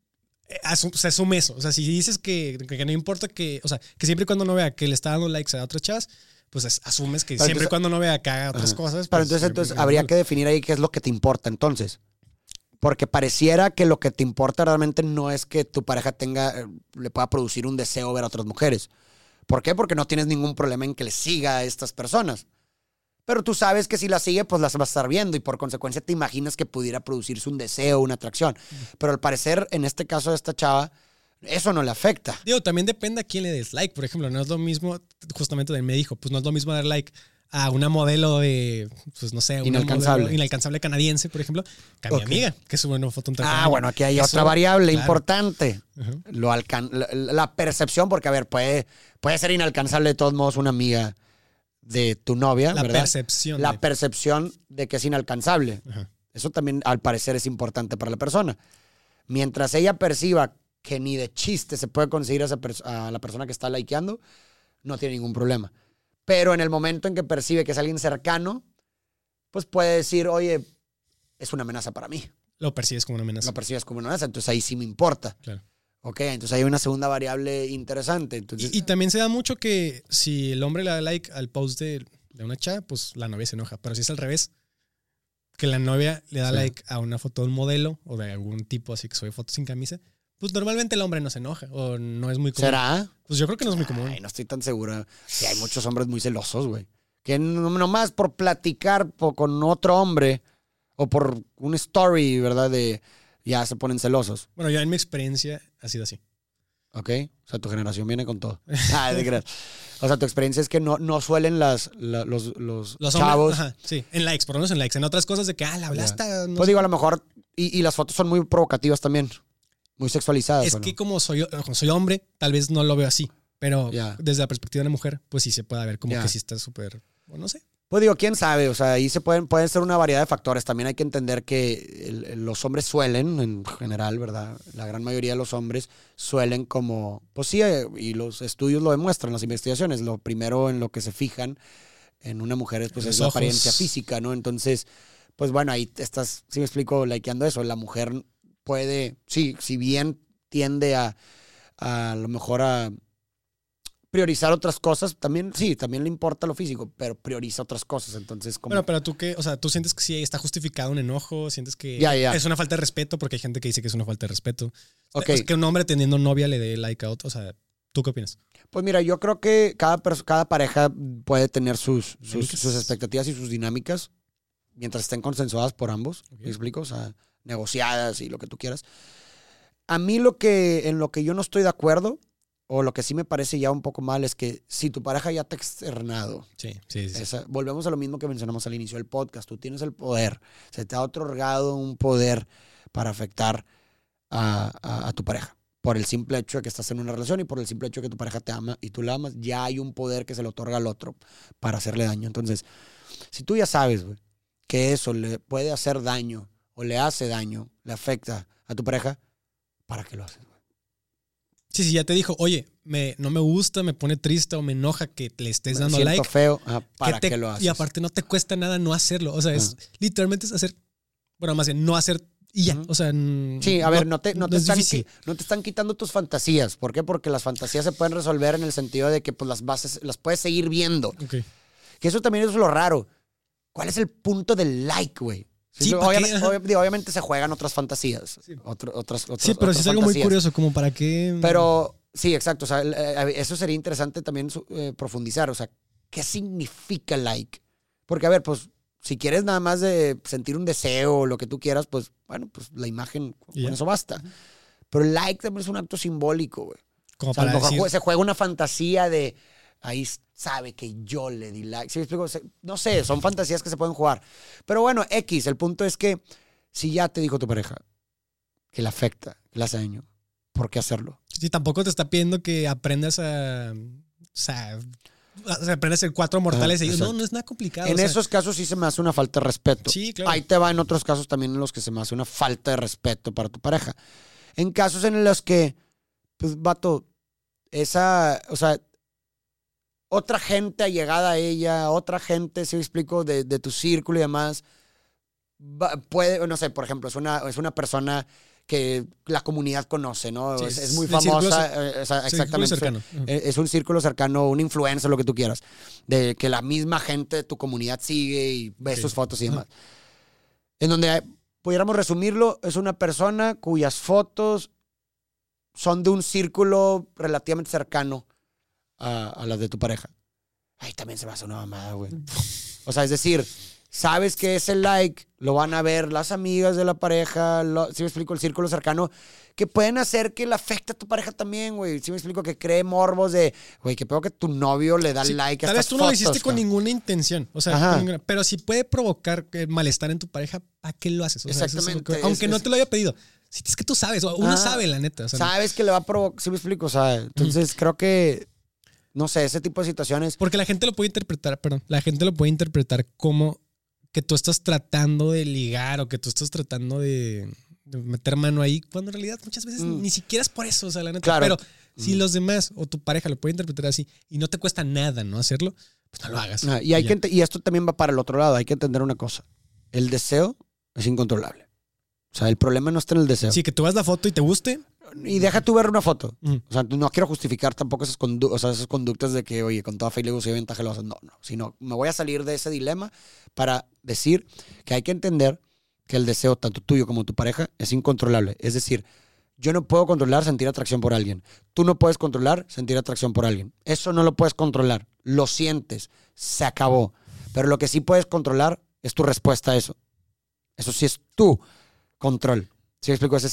se asume eso. O sea, si dices que no importa que, o sea, que siempre y cuando no vea que le está dando likes a otras chavas, pues asumes que pero siempre y entonces, cuando no vea que haga otras cosas. Pero pues, entonces habría que definir ahí qué es lo que te importa entonces. Porque pareciera que lo que te importa realmente no es que tu pareja le pueda producir un deseo ver a otras mujeres. ¿Por qué? Porque no tienes ningún problema en que le siga a estas personas. Pero tú sabes que si la sigue, pues las vas a estar viendo y por consecuencia te imaginas que pudiera producirse un deseo, una atracción. Pero al parecer, en este caso de esta chava, eso no le afecta. Digo, también depende a quién le des like. Por ejemplo, no es lo mismo, justamente me dijo, pues no es lo mismo dar like a una modelo de, pues no sé, inalcanzable. Inalcanzable canadiense, por ejemplo, que a mi amiga, que sube una foto un bueno, aquí hay otra variable importante. Uh-huh. La percepción, porque a ver, puede ser inalcanzable de todos modos una amiga de tu novia, la ¿verdad? Percepción. La percepción de que es inalcanzable. Uh-huh. Eso también, al parecer, es importante para la persona. Mientras ella perciba que ni de chiste se puede conseguir a la persona que está likeando, no tiene ningún problema. Pero en el momento en que percibe que es alguien cercano, pues puede decir, oye, es una amenaza para mí. Lo percibes como una amenaza. Lo percibes como una amenaza, entonces ahí sí me importa. Claro. Ok, entonces hay una segunda variable interesante. Entonces, y también se da mucho que si el hombre le da like al post de una chava, pues la novia se enoja. Pero si es al revés, que la novia le da like a una foto de un modelo o de algún tipo así que sube fotos sin camisa, pues normalmente el hombre no se enoja o no es muy común. ¿Será? Pues yo creo que no es muy común. Ay, no estoy tan segura. Sí, hay muchos hombres muy celosos, güey. Que nomás por platicar con otro hombre o por un story, ¿verdad? Ya se ponen celosos. Bueno, yo en mi experiencia ha sido así. Ok, o sea, tu generación viene con todo. O sea, tu experiencia es que no suelen los chavos. Hombres, ajá, sí, en likes, por lo menos en likes. En otras cosas de que, la hablaste. No pues digo, a lo mejor, y las fotos son muy provocativas también, muy sexualizadas. Es que como soy hombre, tal vez no lo veo así. Pero desde la perspectiva de una mujer, pues sí se puede ver como que sí está súper, bueno, no sé. Pues digo, quién sabe, o sea, ahí pueden ser una variedad de factores. También hay que entender que los hombres suelen, en general, ¿verdad? La gran mayoría de los hombres suelen como, pues sí, y los estudios lo demuestran, las investigaciones. Lo primero en lo que se fijan en una mujer es la apariencia física, ¿no? Entonces, pues bueno, ahí estás, si me explico, likeando eso. La mujer puede, sí, si bien tiende a lo mejor a priorizar otras cosas, también le importa lo físico, pero prioriza otras cosas, entonces como... Bueno, pero tú qué, o sea, ¿tú sientes que sí está justificado un enojo? ¿Sientes que es una falta de respeto? Porque hay gente que dice que es una falta de respeto. Okay. Es que un hombre teniendo novia le dé like a otro, o sea, ¿tú qué opinas? Pues mira, yo creo que cada pareja puede tener sus expectativas y sus dinámicas mientras estén consensuadas por ambos, ¿me explico? O sea, negociadas y lo que tú quieras. A mí en lo que yo no estoy de acuerdo, o lo que sí me parece ya un poco mal, es que si tu pareja ya te ha externado. Sí. Volvemos a lo mismo que mencionamos al inicio del podcast. Tú tienes el poder. Se te ha otorgado un poder para afectar a tu pareja. Por el simple hecho de que estás en una relación y por el simple hecho de que tu pareja te ama y tú la amas, ya hay un poder que se le otorga al otro para hacerle daño. Entonces, si tú ya sabes, güey, que eso le puede hacer daño o le hace daño, le afecta a tu pareja, ¿para qué lo haces? Sí, ya te dijo, oye, no me gusta, me pone triste o me enoja que le estés dando like. Feo, ¿para qué lo haces? Y aparte no te cuesta nada no hacerlo. O sea, literalmente es hacer, bueno, más bien no hacer y ya. O sea, sí, a ver, no te están quitando tus fantasías. ¿Por qué? Porque las fantasías se pueden resolver en el sentido de que pues las puedes seguir viendo. Okay. Que eso también es lo raro. ¿Cuál es el punto del like, güey? Sí, obviamente se juegan otras fantasías. Sí, sí, pero sí es algo muy curioso, como para qué. Pero sí, exacto. O sea, eso sería interesante también profundizar. O sea, ¿qué significa like? Porque, a ver, pues, si quieres nada más de sentir un deseo o lo que tú quieras, pues, bueno, pues la imagen, con eso basta. Pero el like también es un acto simbólico, güey. Como o sea, para a lo mejor decir... se juega una fantasía de. Ahí sabe que yo le di like. ¿Sí me explico? No sé, son fantasías que se pueden jugar. Pero bueno, el punto es que si ya te dijo tu pareja que le afecta, que le hace daño, ¿por qué hacerlo? Sí, tampoco te está pidiendo que aprendas a... O sea, aprendas el 4 mortales. No es nada complicado. En esos casos sí se me hace una falta de respeto. Sí, claro. Ahí te va en otros casos también en los que se me hace una falta de respeto para tu pareja. En casos en los que, pues, vato, o sea, otra gente allegada a ella, otra gente, si me explico, de tu círculo y demás, puede, no sé, por ejemplo, es una persona que la comunidad conoce, ¿no? Sí, es muy el círculo famosa. Exactamente. cercano. Es un círculo cercano, un influencer, lo que tú quieras. De que la misma gente de tu comunidad sigue y ve sus fotos y demás. En donde pudiéramos resumirlo, es una persona cuyas fotos son de un círculo relativamente cercano a las de tu pareja. Ahí también se me hace una mamada, güey. O sea, es decir, sabes que ese like lo van a ver las amigas de la pareja, si me explico, el círculo cercano, que pueden hacer que le afecte a tu pareja también, güey. Si me explico, que cree morbos de, güey, que peor que tu novio le da like a estas fotos. Tal vez tú no lo hiciste con ninguna intención, o sea, pero si puede provocar malestar en tu pareja, ¿para qué lo haces? O sea, exactamente. Aunque no te lo haya pedido. Si es que tú sabes, uno sabe, la neta. O sea, sabes que le va a provocar, si me explico, o sea, entonces creo que no sé, ese tipo de situaciones. Porque la gente lo puede interpretar como que tú estás tratando de ligar o que tú estás tratando de meter mano ahí, cuando en realidad muchas veces ni siquiera es por eso, o sea, la neta. Claro. Pero si los demás o tu pareja lo puede interpretar así y no te cuesta nada no hacerlo, pues no lo hagas. Y esto también va para el otro lado. Hay que entender una cosa. El deseo es incontrolable. O sea, el problema no está en el deseo. Sí, que tú veas la foto y te guste. Y deja tú ver una foto. O sea, no quiero justificar tampoco esas conductas de que, oye, con toda fe y luego soy ventajoso. No. Sino me voy a salir de ese dilema para decir que hay que entender que el deseo, tanto tuyo como tu pareja, es incontrolable. Es decir, yo no puedo controlar sentir atracción por alguien. Tú no puedes controlar sentir atracción por alguien. Eso no lo puedes controlar. Lo sientes. Se acabó. Pero lo que sí puedes controlar es tu respuesta a eso. Eso sí es tu control. ¿Sí me explico? Ese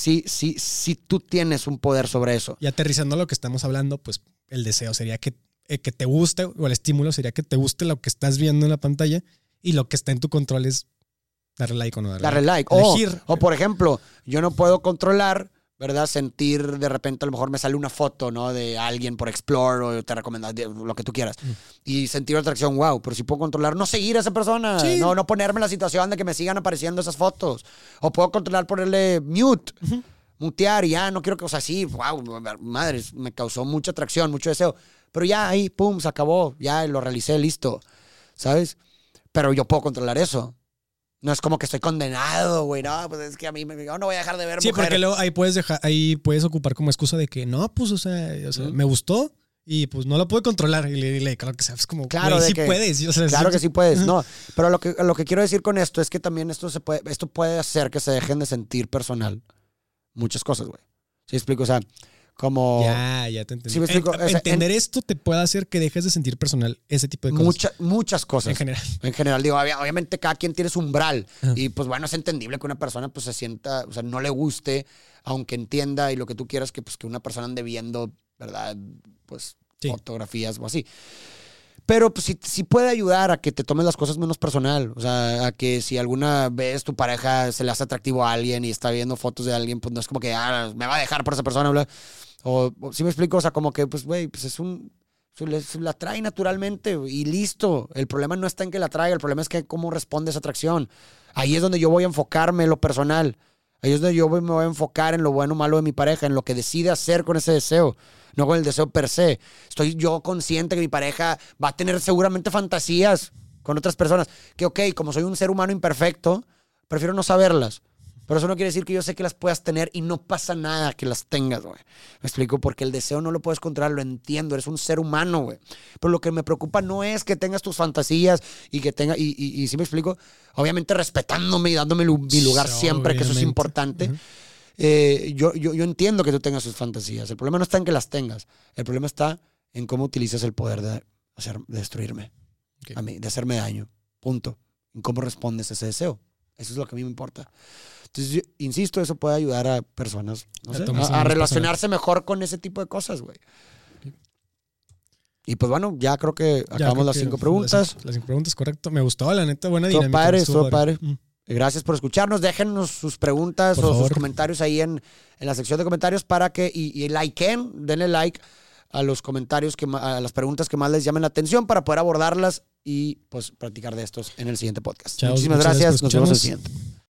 sí tú tienes un poder sobre eso. Y aterrizando a lo que estamos hablando, pues el deseo sería que te guste, o el estímulo sería que te guste lo que estás viendo en la pantalla, y lo que está en tu control es darle like o no darle like. Elegir. O, por ejemplo, yo no puedo controlar, ¿verdad? Sentir, de repente, a lo mejor me sale una foto, ¿no? De alguien por Explore o te recomienda lo que tú quieras. Y sentir atracción, wow. Pero sí puedo controlar no seguir a esa persona. Sí. No ponerme en la situación de que me sigan apareciendo esas fotos. O puedo controlar ponerle mute. Mutear y ya, no quiero que, o sea, sí, wow, madre, me causó mucha atracción, mucho deseo. Pero ya ahí, pum, se acabó. Ya lo realicé, listo. ¿Sabes? Pero yo puedo controlar eso. No es como que estoy condenado, güey. No, pues es que a mí yo no voy a dejar de ver sí, mujeres. Porque luego ahí puedes ocupar como excusa de que no, pues, o sea me gustó y pues no lo pude controlar. Y le claro que sabes como, claro, güey, sí puedes. O sea, claro que sí puedes. No, pero lo que quiero decir con esto es que también esto puede hacer que se dejen de sentir personal muchas cosas, güey. ¿Sí explico? O sea, como... Ya te entendí. ¿Sí me explico? Entender esto te puede hacer que dejes de sentir personal ese tipo de cosas. Muchas cosas. En general. Digo, obviamente cada quien tiene su umbral. Y pues bueno, es entendible que una persona pues se sienta, o sea, no le guste, aunque entienda y lo que tú quieras que una persona ande viendo, ¿verdad? Pues fotografías o así. Pero pues sí puede ayudar a que te tomes las cosas menos personal. O sea, a que si alguna vez tu pareja se le hace atractivo a alguien y está viendo fotos de alguien, pues no es como que me va a dejar por esa persona, bla. O ¿sí me explico? O sea, como que, pues, güey, pues la trae naturalmente y listo. El problema no está en que la traiga, el problema es que cómo responde esa atracción. Ahí es donde yo voy a enfocarme en lo personal. Ahí es donde me voy a enfocar en lo bueno o malo de mi pareja, en lo que decide hacer con ese deseo, no con el deseo per se. Estoy yo consciente que mi pareja va a tener seguramente fantasías con otras personas. Que, ok, como soy un ser humano imperfecto, prefiero no saberlas. Pero eso no quiere decir que yo sé que las puedas tener y no pasa nada que las tengas, güey. Me explico, porque el deseo no lo puedes controlar, lo entiendo, eres un ser humano, güey. Pero lo que me preocupa no es que tengas tus fantasías y que tenga, y sí me explico, obviamente respetándome y dándome mi lugar siempre, obviamente. Que eso es importante. Yo entiendo que tú tengas tus fantasías. El problema no está en que las tengas. El problema está en cómo utilizas el poder de destruirme, a mí, de hacerme daño. Punto. En cómo respondes a ese deseo. Eso es lo que a mí me importa. Entonces, yo insisto, eso puede ayudar a personas, no sé, a relacionarse mejor con ese tipo de cosas, güey. Y pues bueno, ya creo que acabamos las 5 preguntas. Las 5 preguntas, correcto. Me gustó, la neta, buena dinámica. Estuvo padre. Gracias por escucharnos. Déjennos sus preguntas o sus comentarios ahí en la sección de comentarios para que, y likeen, denle like a los comentarios, a las preguntas que más les llamen la atención para poder abordarlas y pues practicar de estos en el siguiente podcast. Chao, Muchísimas gracias. Nos vemos en el siguiente.